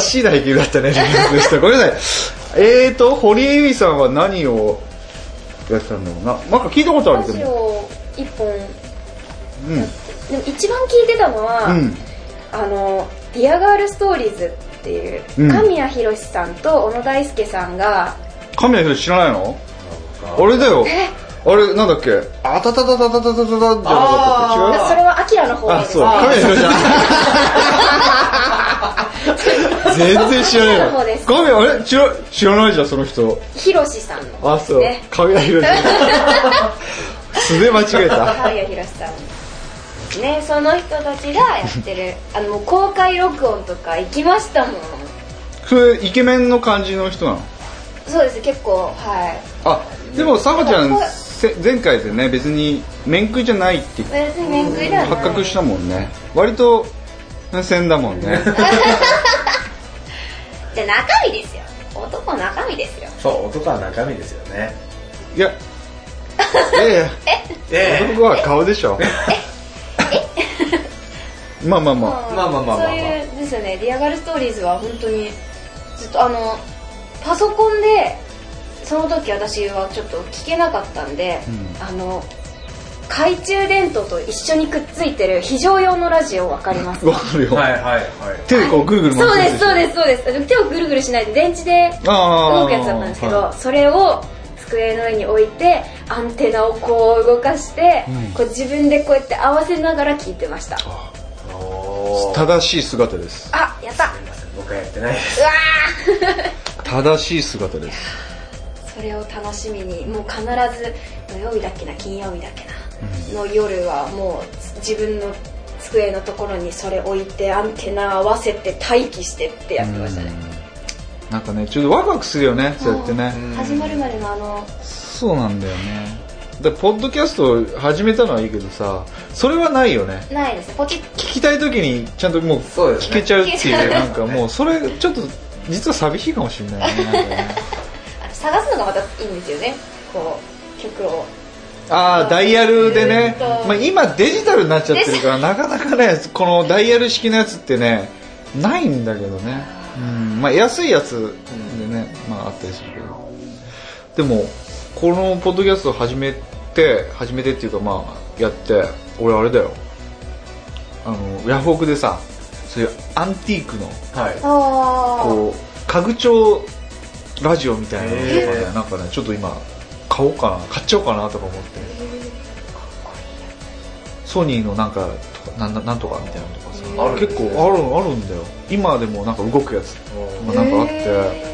椎名ヘキルだったね、レイヤースの人。ごめんなさい。えーと、堀江由衣さんは何をやってたんだろうな。なんか聞いたことあるけど。 ラジオ一本。うん。でも一番聞いてたのは、うん、あの、ディアガールストーリーズっていう、うん、神谷博さんと小野大輔さんが。 神谷博知らないの？あれだよ。え？あれなんだっけ、あたたたたたたたたたじゃなかったっけ？違う？ それはアキラの方です。 あ、そう。神谷博じゃん。全然知らないわ。神谷、あれ知ら知らないじゃん、その人。 ひろしさんの、ね。 あ、そう。神谷博。 素で間違えた。 はい、ひろしさんね、その人たちがやってるあの公開録音とか行きましたもん。 それイケメンの感じの人なの？ そうです、結構。はい。 あ、でもさほちゃん前回でね、別に面食いじゃないって別に面食いではない発覚したもんね。割と線だもんね。 じゃあ中身ですよ、男は中身ですよ。 そう、男は中身ですよね。 いや、ええ男は顔でしょ。まあまあまあまあまあまあまあ、 そういうですよね。リアガルストーリーズは本当にずっとあのパソコンで、その時私はちょっと聞けなかったんで、うん、あの懐中電灯と一緒にくっついてる非常用のラジオわかりますか？ わかるよ。 はいはいはい。 手でこうぐるぐる回す。そうですそうですそうです。手をぐるぐるしないで電池で動くやつだったんですけど、はい、それを机の上に置いてアンテナをこう動かして、うん、こう自分でこうやって合わせながら聞いてました。 正しい姿です。 あ、やった。 僕はやってないです。 うわ正しい姿です。 それを楽しみに、もう必ず土曜日だっけな、金曜日だっけな、うん、の夜はもう自分の机のところにそれ置いてアンテナ合わせて待機してってやってましたね。 なんかね、ちょっとワクワクするよね、そうやってね。 始まるまでのあのそうなんだよね。でポッドキャスト始めたのはいいけどさ、それはないよね。 ないですね。ポチッ聞きたい時にちゃんともう聞けちゃうっていう、なんかもうそれちょっと実は寂しいかもしれないね。なんかね探すのがまたいいんですよね、こう曲を。 ああ、ダイヤルでね、まあ、今デジタルになっちゃってるからなかなかね、このダイヤル式のやつってねないんだけどね、うん、まあ安いやつでね、まああったりするけど、でもこのポッドキャストを始めて始めてっていうかまあやって、俺あれだよ、あのヤフオクでさ、そういうアンティークの、はい、こう家具調ラジオみたいなのとかね、なんかねちょっと今買おうかな、買っちゃおうかなとか思って、ソニーのなんかとか な, なんとかみたいなのとかさ、結構あるあるんだよ。今でもなんか動くやつがなんかあって、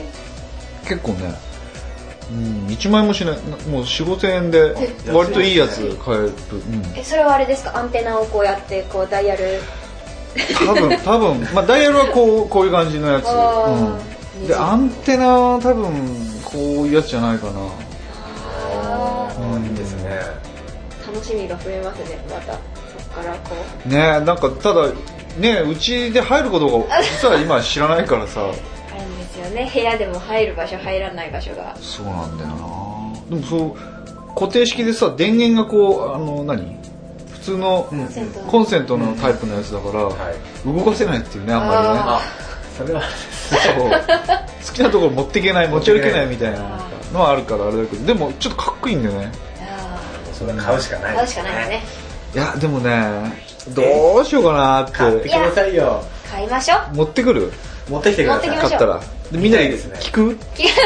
結構ね、うん、いちまんえんもしない、もう よん、ごせんえんで割といいやつ買える、うん、 え、それはあれですか、アンテナをこうやってこうダイヤル多分多分まあダイヤルはこうこういう感じのやつ、うん、でアンテナは多分こういうやつじゃないかな。 ああ、いいですね。 楽しみが増えますね、またそこからこうね。なんかただね、うちで入ることが実は今知らないからさあるんですよね、部屋でも入る場所入らない場所が。 そうなんだよな。でもそう固定式でさ、電源がこうあの何普通のコンセントのタイプのやつだから、うん、動かせないっていうね、あんまりね。あ、 それはそう好きなところ持っていけない、持ち歩けないみたいなのはあるからあれだけど、でもちょっとかっこいいんだよね。 それ買うしかない、 買うしかないですね。 いやでもね、どうしようかなって。 買ってくださいよ。 買いましょう。 持ってくる？ 持ってきてください。 買ったらでみんなで聞く？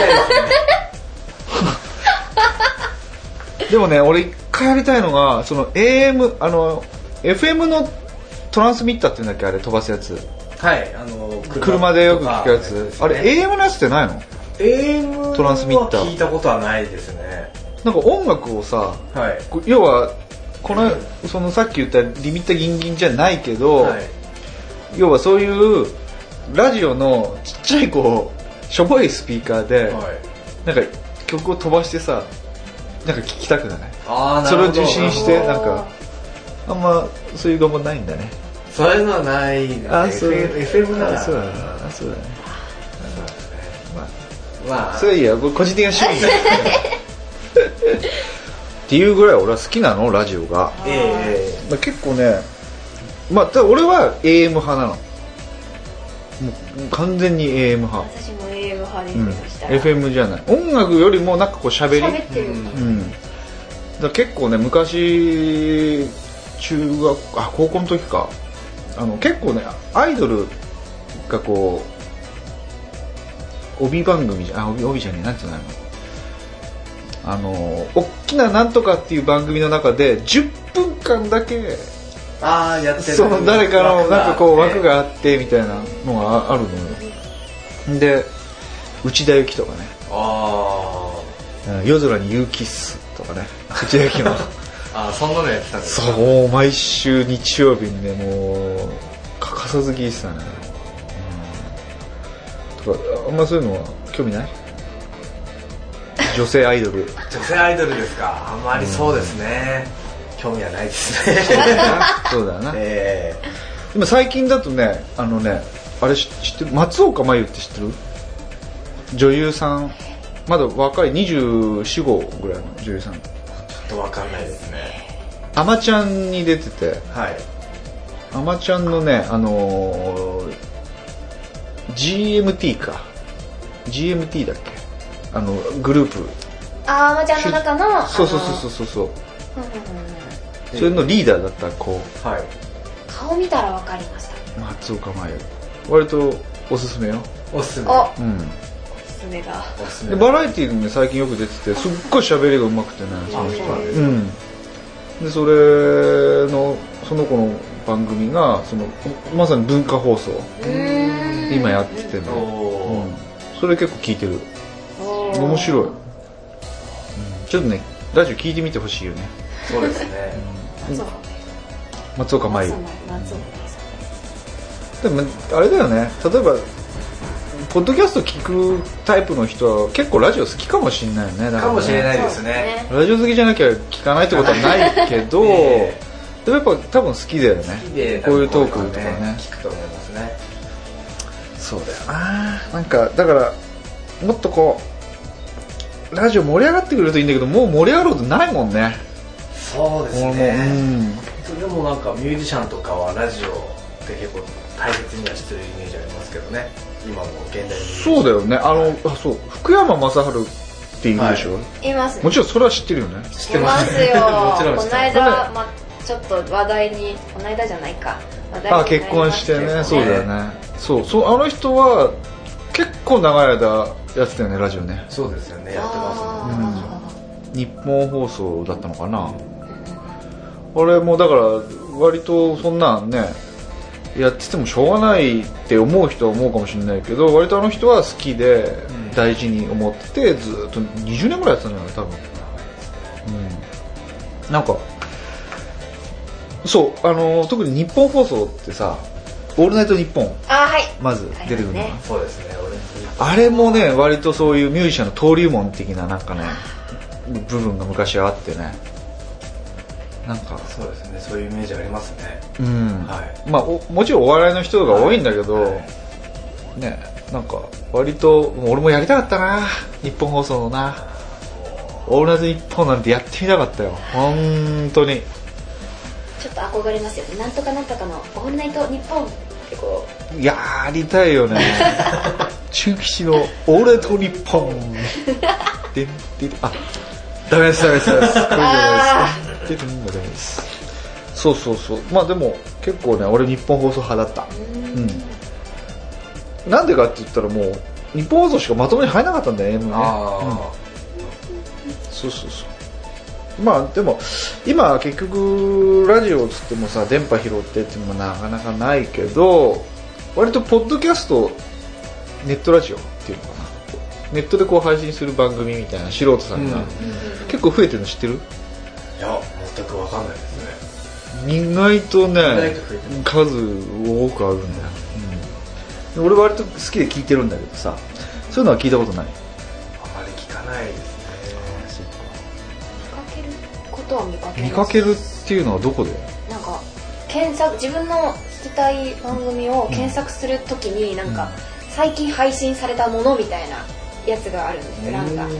でもね、俺一回やりたいのが、その エーエム あの エフエム のトランスミッターっていうんだっけ、あれ飛ばすやつ。 はい、あの車, 車でよく聞くやつ、ね、あれ エーエム のやつってないの？ エーエム トランスミッター聞いたことはないですね。 なんか音楽をさ、はい、要はこのそのさっき言ったリミッターギンギンじゃないけど、はい、要はそういうラジオのちっちゃいこうしょぼいスピーカーで、はい、なんか曲を飛ばしてさ、なんか聞きたくない？あ、それを受信してなんかあんまそういう願望ないんだね。 そういうのはないね。 あ、そうエフエム ならそうだね。あ、そうだね。まあ、まあ、それいいや、個人的な趣味だっていうぐらい俺は好きなの、ラジオが。えーまあ、結構ね、まあただ俺は エーエム 派なの。もう完全に エーエム 派。 私も エーエム 派です、うん、そしたらエフエム じゃない。音楽よりもなんかこう喋り。 喋ってる。うん。 だから結構ね、昔中学あ高校の時か。あの結構ね、アイドルがこう帯番組じゃあ帯帯じゃねえ、なんていうの、あの大きななんとかっていう番組の中でじゅっぷんかんだけああやってる、 その誰かのなんかこう枠があってみたいなのがあるのよ。で内田有紀とかね、ああ夜空にユーキッスとかね、内田有紀のあ、そんなのやってたんですか。 そう、毎週日曜日にね、もう欠かさず聞いてたね、うん、とかあんまそういうのは興味ない？女性アイドル。 女性アイドルですか。あんまりそうですね、うん、興味はないですね。 そうだよな、 えー、今最近だとね、あのね、あれ知ってる？松岡茉優って知ってる？女優さん、まだ若いにじゅうよん、ごぐらいの女優さん。ちょっとわかんないですね。 アマちゃんに出てて、 はい、 アマちゃんのね、あのー、ジーエムティー か ジーエムティー だっけ、あのグループ、 あー、アマちゃんの中の、 そうそうそうそうそう、それのリーダーだった子、 はい、 顔見たらわかりました。 松岡茉優、割とおすすめよ。 おすすめ。 お、 うん、 おすすめが。 おすすめでバラエティーでね、最近よく出てて、すっごい喋りが上手くてね、その人は、うん、でそれのその子の番組がそのまさに文化放送今やっててね、うん、それ結構聞いてる。面白い、うん、ちょっとねラジオ聞いてみてほしいよね。 そうですね、 うん、 松岡茉優。 松岡でもあれだよね、例えばポッドキャスト聞くタイプの人は結構ラジオ好きかもしれないよね。だからね、 かもしれないですね。 ラジオ好きじゃなきゃ聞かないってことはないけど、えー、でもやっぱ多分好きだよね。 好きでこういうトークとかね、 聞くと思いますね。 そうだよな。なんかだからもっとこうラジオ盛り上がってくれるといいんだけど、もう盛り上がることないもんね。 そうですね、 うん、 でもなんかミュージシャンとかはラジオって結構大切にはしてるイメージありますけどね、今の現代に。 そうだよね、あの、はい、あ、そう、福山雅治っているでしょ、はい、 います、ね、 もちろんそれは知ってるよね。 知ってますよ。 もちろん知ってます。 この間、ま、ちょっと話題に、この間じゃないか、話題にあ、結婚してね、そうだよね。そうそう、あの人は結構長い間やってたよね、ラジオね。 そうですよね、やってますね、 うん、日本放送だったのかな。俺もだから割とそんなんねやっててもしょうがないって思う人は思うかもしれないけど、割とあの人は好きで大事に思ってて、ずっとにじゅうねんぐらいやってたんじゃない多分、うん、なんかそうあの特に日本放送ってさ、オールナイトニッポン、 あ、はい、 まず出てくるの、ね、 そうですね、 あれもね割とそういうミュージシャンの登竜門的ななんかね部分が昔はあってね、なんかそうですね、そういうイメージありますね。 うん、 はい、 まあおもちろんお笑いの人が多いんだけど、はいはい、ね、なんか割と俺もやりたかったな、日本放送のなオールナイトニッポンなんてやってみたかったよ、本当に。 ちょっと憧れますよね、なんとかなんとかのオールナイトニッポンってこうやりたいよね。中吉のオールナイトニッポンでであ、ダメですダメですダメです、これじゃないです、ダメです。そうそうそう、まあでも結構ね俺日本放送派だった。うん、なんでかって言ったらもう日本放送しかまともに入らなかったんだよ エム ね。あ、うん、そうそうそう。まあでも今結局ラジオつってもさ電波拾ってっていうのもなかなかないけど、割とポッドキャストネットラジオっていうのかな、ネットでこう配信する番組みたいな素人さんが結構増えてるの知ってる？ いや全く分かんないですね。意外とね数多くあるんだよ、うん、俺割と好きで聞いてるんだけどさ、そういうのは聞いたことない？ あまり聞かないですね。 ことは見かけます。 見かけるっていうのはどこで？なんか検索、自分の聞きたい番組を検索するときに、うん、なんか最近配信されたものみたいなやつがあるんですよ。なんか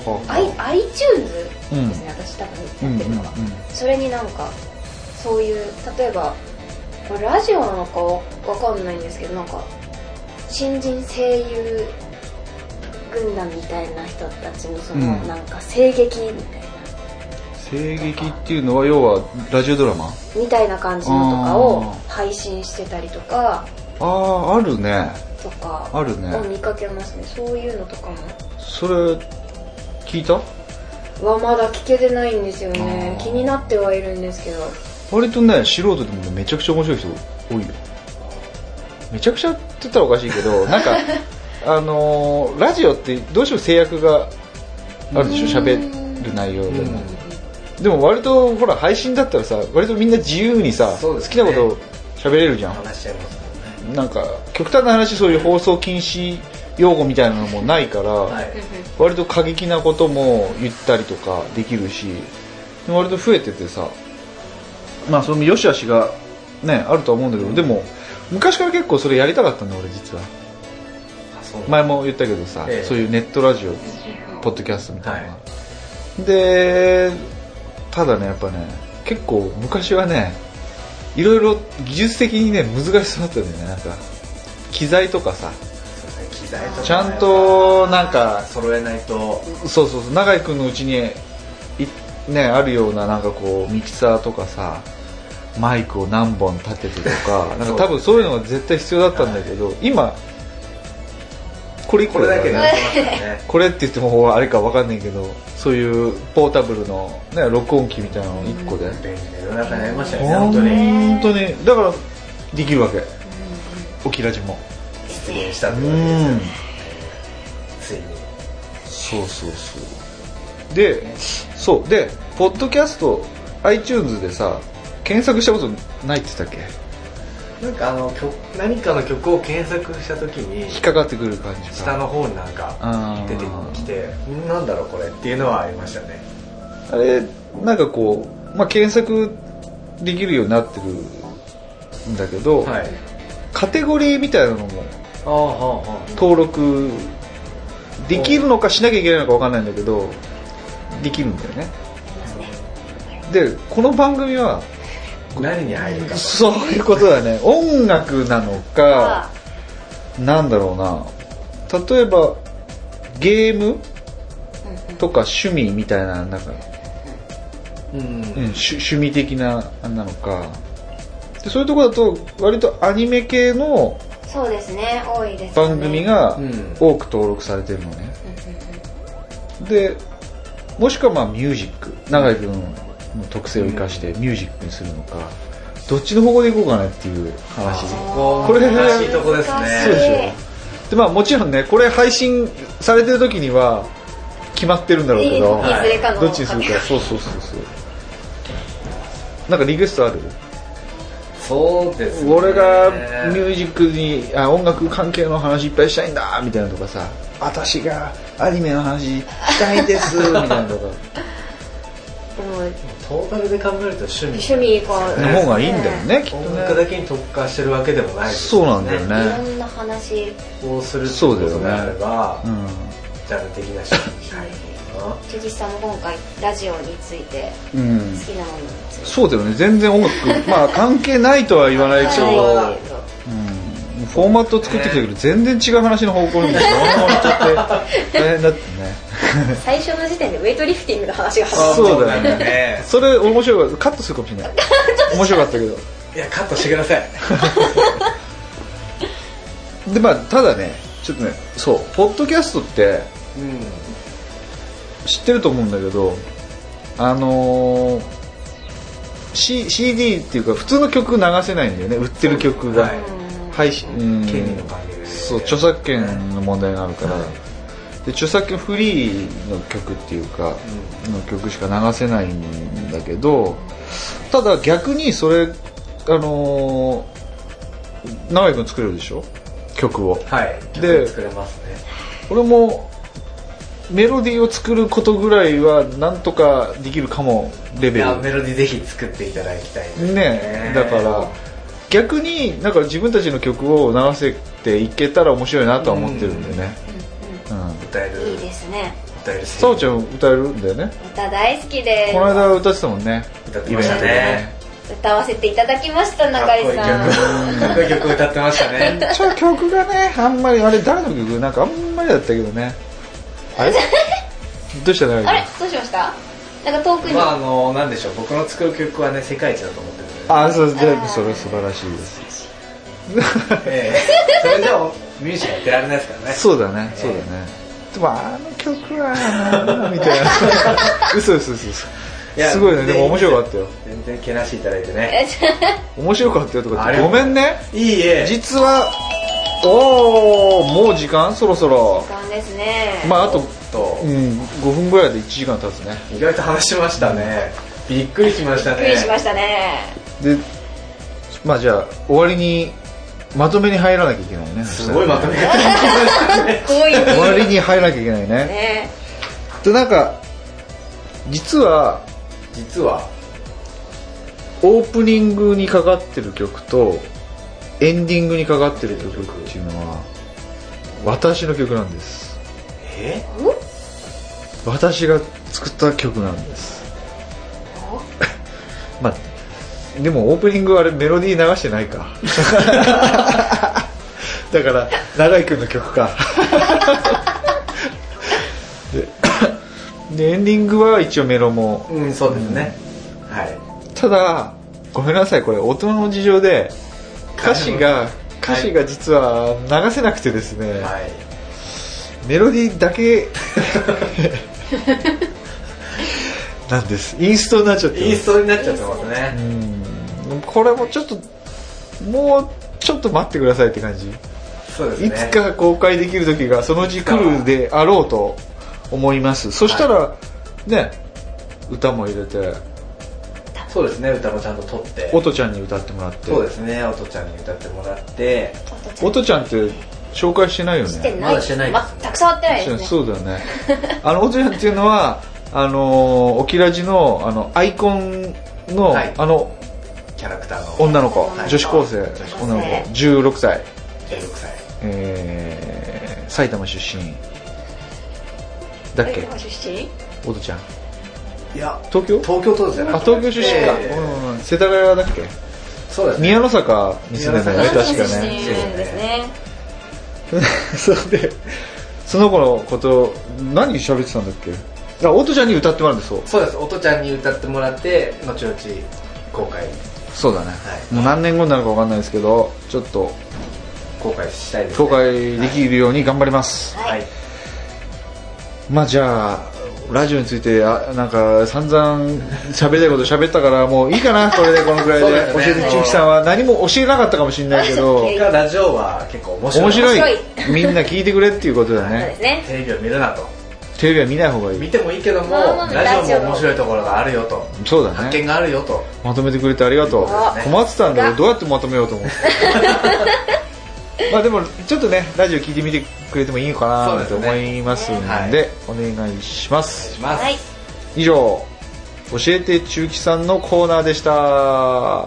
iTunes ですね、うん、私多分やってるのが、うんうんうん、それになんかそういう例えばこれラジオなのかわかんないんですけど、なんか新人声優軍団みたいな人たちのその、うん、なんか声劇みたいな、 声劇っていうのは要はラジオドラマみたいな感じのとかを配信してたりとか、 ああ、あるねとかあるね、 を見かけますね。そういうのとかも。それ聞いた？ はまだ聞けてないんですよね。気になってはいるんですけど、 割とね素人でもめちゃくちゃ面白い人多いよ。めちゃくちゃって言ったらおかしいけどなんかあのー、ラジオってどうしても制約があるでしょ、喋る内容でも。 でも割とほら配信だったらさ割とみんな自由にさ、ね、好きなこと喋れるじゃん。 話しちゃいますもんね。 なんか極端な話そういう放送禁止用語みたいなのもないから、はい、割と過激なことも言ったりとかできるし割と増えててさ、まあその良し悪しがねあるとは思うんだけど、うん、でも昔から結構それやりたかったんだ俺実は。前も言ったけどさ、ええ、そういうネットラジオポッドキャストみたいな、はい、でただねやっぱね結構昔はねいろいろ技術的にね難しそうだったんだよね。なんか機材とかさ機材とかちゃんとなんか揃えないとそうそうそう永井君のうちにねあるようななんかこうミキサーとかさマイクを何本立ててとかなんか多分そういうのが絶対必要だったんだけど、はい、今これいっこだけねこれって言ってもあれか分かんないけどそういうポータブルの、ね、録音機みたいなのいっこで便利な世の中になりましたよね。本当に本当にだからできるわけオキラジも実現したってわけですよね。ついにそうそうそうでそうでポッドキャスト iTunes でさ検索したことないって言ったっけ。 なんかあの曲何かの曲を検索した時に引っかかってくる感じか下の方になんか出てきてなんだろうこれっていうのはありましたね。 あれなんかこう、まあ、検索できるようになってるんだけど、はい、カテゴリーみたいなのも登録できるのかしなきゃいけないのか分かんないんだけどできるんだよね。でこの番組は何に入るかそういうことだね。音楽なのかなんだろうな例えばゲームとか趣味みたいななんか、うんうん、趣, 趣味的なあんなのかでそういうところだと割とアニメ系のそうですね多いですね番組が多く登録されてるのね、うん、でもしくはまあミュージック永井君の特性を生かしてミュージックにするのか、うん、どっちの方向でいこうかなっていう話。 これ難しいとこですね。 そうでしょ。でまあもちろんねこれ配信されてる時には決まってるんだろうけど、 はい、 どっちにするかそうそうそうそうなんかリクエストある？ そうですね。 俺がミュージックにあ音楽関係の話いっぱいしたいんだみたいなとかさ私がアニメの話したいですみたいなとかでもトータルで考えると趣味趣味かの方がいいんだよねきっとね。 音楽だけに特化してるわけでもないですよね。そうなんだよね。 いろんな話をするってことであれば、ねうん、ジャンル的な趣味に入るジュジさんも今回ラジオについて好きなものについて、 うん、そうだよね全然音楽まあ関係ないとは言わないけど、はいうん、フォーマットを作ってきたけど全然違う話の方向に行っちゃって大変だってね最初の時点でウェイトリフティングの話が始まった。 そうだよねそれ面白かった。カットするかもしれない面白かったけどいやカットしてくださいでまあただねちょっとねそうポッドキャストって、うん知ってると思うんだけどあのー、C、シーディー っていうか普通の曲流せないんだよね売ってる曲が、はい、配信権利の関係でそう著作権の問題があるから、はい、で著作権フリーの曲っていうか、うん、の曲しか流せないんだけどただ逆にそれあのー、永井君作れるでしょ曲をはいで作れますね。 俺もメロディーを作ることぐらいはなんとかできるかもレベル。いやメロディーぜひ作っていただきたいですね。 ねだから逆になんか自分たちの曲を流せていけたら面白いなとは思ってるんでね、 うんうんうん、歌えるいいですね。 歌えるさおちゃん歌えるんだよね。 歌大好きでこの間歌ってたもんね。 歌ってましたね。 歌わせていただきました中井さん。 かっこいい曲歌ってましたね。 ちょ曲がねあんまりあれ誰の曲なんかあんまりだったけどね。あれどうしたの？ あれどうしました？なんか遠くに。 まああのなんでしょう僕の作る曲はね世界一だと思ってるので。 あそうでそれ素晴らしいです。 ええそれじゃミュージシャンやってられないですからね。 そうだねそうだね。でもあの曲はなみたいな。嘘嘘嘘嘘。すごいねでも面白かったよ。 全然けなしていただいてね。 面白かったよとかってごめんね。 いいえ。 実は。おーもう時間そろそろ時間ですね。 まああと、うん、ごふんぐらいでいちじかん経つね。 意外と話しましたね、 びっくりしましたね。 びっくりしましたね。 でまあじゃあ終わりにまとめに入らなきゃいけないね。 すごいまとめが入りましたね。 終わりに入らなきゃいけないね。 ねでなんか実は実はオープニングにかかってる曲とエンディングにかかってる曲っていうのは私の曲なんです。 え？ 私が作った曲なんです。まあでもオープニングはあれメロディー流してないか。だから長井くんの曲か。で, でエンディングは一応メロも、 うん、そうですね、うん、はい。ただごめんなさい、これ大人の事情で歌詞が歌詞が実は流せなくてですね、はい、メロディーだけなんです。インストになっちゃってます。 インストになっちゃってますね。 うん、これもちょっともうちょっと待ってくださいって感じ。 そうですね、 いつか公開できる時がそのうち来るであろうと思います。そしたら、はい、ね、歌も入れて、 そうですね、歌もちゃんと撮って音ちゃんに歌ってもらって、 そうですね、音ちゃんに歌ってもらって、 音ちゃんって紹介してないよね。 してない、 まだしてないですね、 全く触ってないですね。 そうだよね。あの音ちゃんっていうのはあのオキラジのあのアイコンの、はい、あのキャラクターの女の子、女子高生、女の子じゅうろくさい、 じゅうろくさい、 えー、埼玉出身だっけ？ 埼玉出身？ 音ちゃん。 いや、 東京？ 東京都ですよね。 あ、東京出身か。えーうん、世田谷だっけ？ そうですね。 宮の坂に住んでたよね、確かね。 ですね。 それでその子のこと何喋ってたんだっけ？あ、音ちゃんに歌ってもらうんです。そう。 そうです。音ちゃんに歌ってもらって後々公開。 そうだね。 はい、 もう何年後になるか分かんないですけど、ちょっと公開したいですね。 公開できるように頑張ります。 はい。はい、 まあじゃあ。ラジオについてあなんか散々喋りたいこと喋ったからもういいかな、これでこのくらいで。ね、教えてちゆきさんは何も教えなかったかもしれないけどラジオは結構面白い、 面白いみんな聞いてくれっていうことだね。 そうですね。 テレビを見るなと。 テレビは見ない方がいい。 見てもいいけども、まあ、ラジオも面白いところがあるよと。 そうだね。 発見があるよと。 まとめてくれてありがとう。困ってたんだけどどうやってまとめようと思ってまあでもちょっとねラジオ聞いてみてくれてもいいのかなと思いますの で, で、ね、はい、お願いします。 お願いします。はい、 以上教えてちゆきさんのコーナーでした。はい、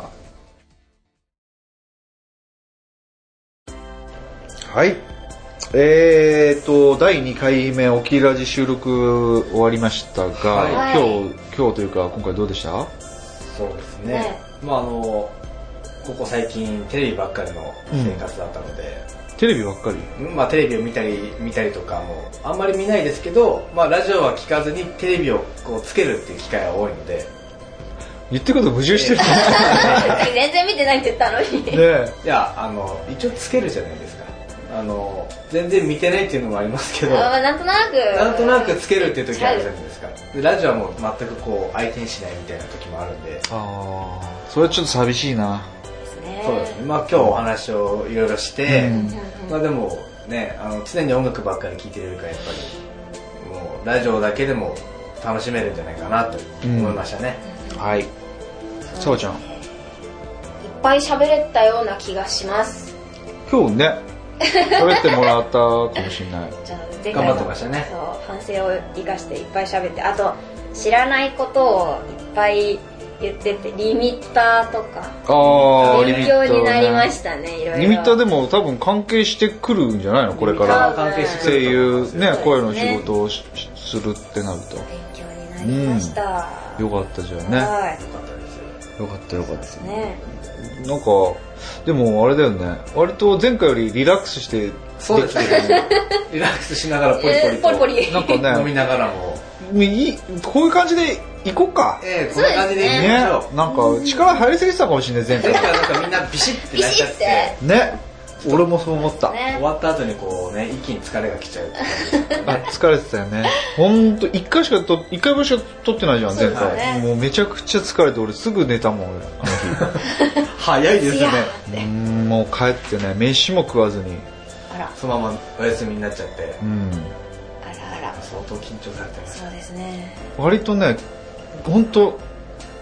えーとだいにかいめおきラジ収録終わりましたが、はい、今日今日というか今回どうでした？ そうですね、ね、まああのここ最近テレビばっかりの生活だったので、 うん、テレビばっかり、 まあ、テレビを見たり見たりとかもあんまり見ないですけど、まあ、ラジオは聞かずにテレビをこうつけるっていう機会が多いので。 言ってること矛盾してる、 全然見てないって言ったのに、 ね、 いやあの一応つけるじゃないですか。あの全然見てないっていうのもありますけど、 あ、なんとなくなんとなくつけるっていう時あるじゃないですか。でラジオはもう全くこう相手にしないみたいな時もあるんで、 ああ、それはちょっと寂しいな。 そうですね。まあ今日お話をいろいろして、うん、まあでもね、あの常に音楽ばっかり聴いてるよりかやっぱりもうラジオだけでも楽しめるんじゃないかなと思いましたね。 うん、はい。さわちゃん。いっぱい喋れたような気がします。 今日ね、喋ってもらったかもしれない。 じゃあ前回頑張ってましたね。 そう反省を生かしていっぱい喋って、あと知らないことをいっぱい言ってて、リミッターとかあ勉強になりましたね。いろいろリミッターでも多分関係してくるんじゃないの、これから声優ね、声の仕事を し,、ね、するってなると勉強になりました、 うん、よかったじゃあね。 はい、 よかったよかったですね。なんかでもあれだよね、割と前回よりリラックスしてそうですねリラックスしながらポリポリと、 えー、ポリポリなんかね飲みながらもいいこういう感じで行こうか。 ええー、こんな感じで行きましょう。 ね、なんか力入りすぎてたかもしれない前回。 前回なんかみんなビシッてなっちゃってね。俺もそう思った、 ね、終わった後にこうね一気に疲れが来ちゃうあ、疲れてたよね。ほんといっかいしかといっかいぶんしか撮ってないじゃん前回、ね、もうめちゃくちゃ疲れて俺すぐ寝たもん、俺あの日早いですね。 うんもう帰ってね飯も食わずにあらそのままお休みになっちゃって、 うん、 あらあら相当緊張されてます。 そうですね。 割とねほんと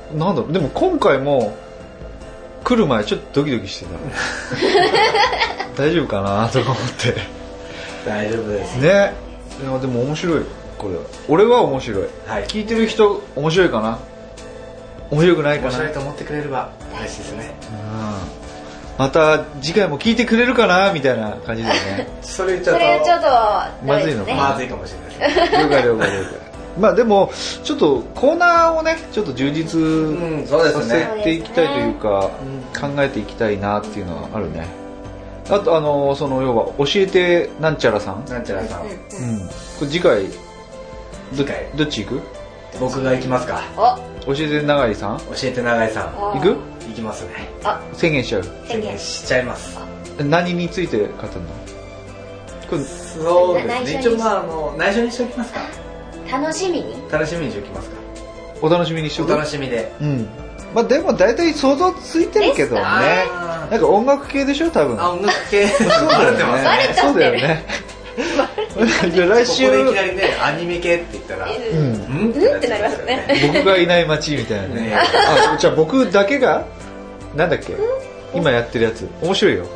なんだろう、でも今回も来る前ちょっとドキドキしてた大丈夫かなとか思って大丈夫ですね。いやでも面白い、これは俺は面白い、はい、聞いてる人面白いかな、面白くないかな、 面白いと思ってくれれば嬉しいですね。 うん、また次回も聞いてくれるかなみたいな感じだよねそれ言っちゃうとそれちょっとまずいのかまずいかもしれないです了解了解了解まあでもちょっとコーナーをねちょっと充実させていきたいというか、考えていきたいなっていうのはあるね。あとあのその要は教えてなんちゃらさんなんちゃらさん、うん、これ次回次回どっち行く？ 僕が行きますか。 教えて永井さん、 教えて永井さん行く？ 行きますね。 あ、宣言しちゃう？ 宣言しちゃいます。 何について語るの？ これそうですね、一応まああの内緒にしておきますか。 楽しみに楽しみにしておきますか。 お楽しみにしておく。 お楽しみで。 うん。まあでも大体想像ついてるけどね。なんか音楽系でしょ多分。 あ、音楽系。そうだよね。そうだよね。じゃあ来週ここでいきなりねアニメ系って言ったら、 うん、うんってなりますよね。 僕がいない街みたいなね。あ、じゃあ僕だけがなんだっけ？今やってるやつ面白いよ。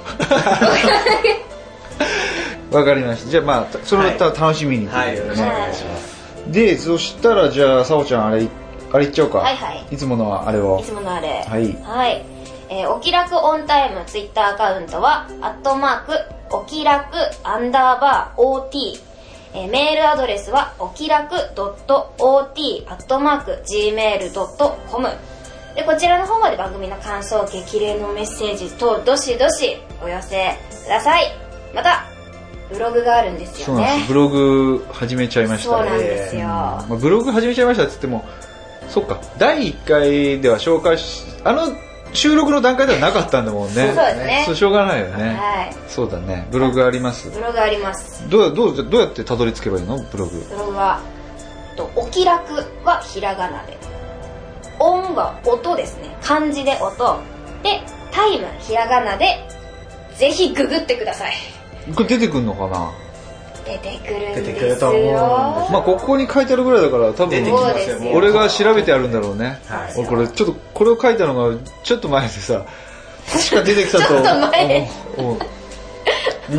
わかりました。じゃあまあそれを楽しみに。 はい。よろしくお願いします。 で、そしたらじゃあさおちゃんあれあれいっちゃおうか。 はいはい。 いつものあれを。 いつものあれ。 はい。 はい。えー、お気楽オンタイムツイッターアカウントはアットマークお気楽アンダーバー オーティー、えー、メールアドレスはお気楽ドットオーティーアットマークジーメールドットコムで、こちらの方まで番組の感想、激励のメッセージ等どしどしお寄せください。またブログがあるんですよね。 そうなんです。ブログ始めちゃいました。 そうなんですよ。 まあ、ブログ始めちゃいましたって言っても、そっか、だいいっかいでは紹介し、あの収録の段階ではなかったんだもんね。 そうですね。 そうしょうがないよね。 はい。 そうだね。ブログあります。 ブログあります。 どうどうどうやってたどり着けばいいの？ブログ。 ブログはとお気楽はひらがなで、音は音ですね。漢字で音で、タイムひらがなで、ぜひググってください。 これ出てくるのかな？ 出てくるんですよ。 出てくると思うんです。 まあここに書いてあるぐらいだから多分俺が調べてあるんだろうね。はい、俺これちょっとこれを書いたのがちょっと前でさ、確か出てきたと。 ちょっと前。 うん。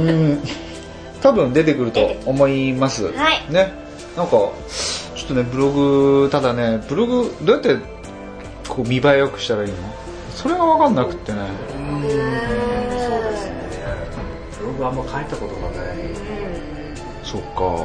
多分出てくると思います。 はい。 ね。なんかちょっとねブログただねブログどうやってこう見栄え良くしたらいいの？それが分かんなくってね。 うん。そうですね。ブログあんま書いたことがない。 そっか。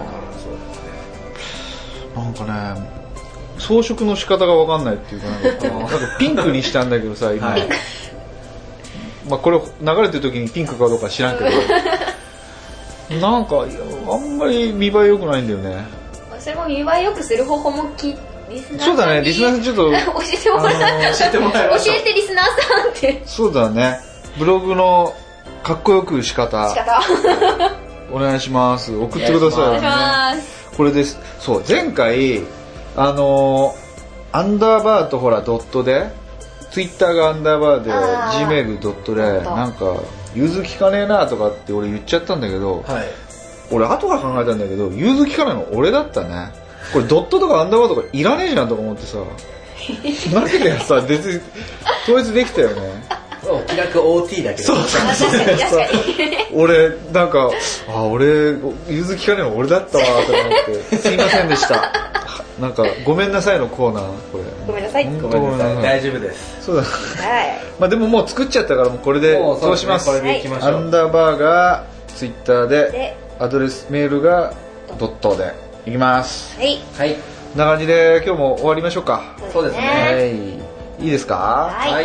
なんかね、装飾の仕方が分かんないっていうか、なんかピンクにしたんだけどさ、今。はい、まあこれ流れてる時にピンクかどうか知らんけど、なんかあんまり見栄え良くないんだよね。 それも見栄え良くする方法もきリスナーさんにそうだね、リスナーさんちょっと教えてもらう、あのー、教えてもらいましょう。教えてリスナーさんって。 そうだね、ブログのかっこよく仕方。仕方。お願いします。送ってください。お願いします。これです。そう、前回あのー、アンダーバーとほらドットで、ツイッターがアンダーバーで ジーメール ドットでなんか融通聞かねえなとかって俺言っちゃったんだけど、はい、俺後から考えたんだけど融通聞かないの俺だったね。これドットとかアンダーバーとかいらねえじゃんとか思ってさ、なければさ別に統一できたよね。 お気楽 オーティー だけど。 そうそうそうそう俺なんかあ俺融通聞かねえの俺だったわとか思ってすいませんでした。なんかごめんなさいのコーナーこれ。 ごめんなさい。 ごめんなさい。大丈夫です。 そうだ。 はい。 まあでももう作っちゃったからもうこれでそうします。 これでいきましょう。 アンダーバーがツイッターで、アドレスメールがドットでいきます。 はい。 はい。 こんな感じで今日も終わりましょうか。 そうですね。 はい。いいですか？ はい。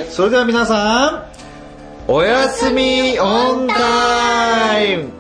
それでは皆さん、おやすみオンタイム。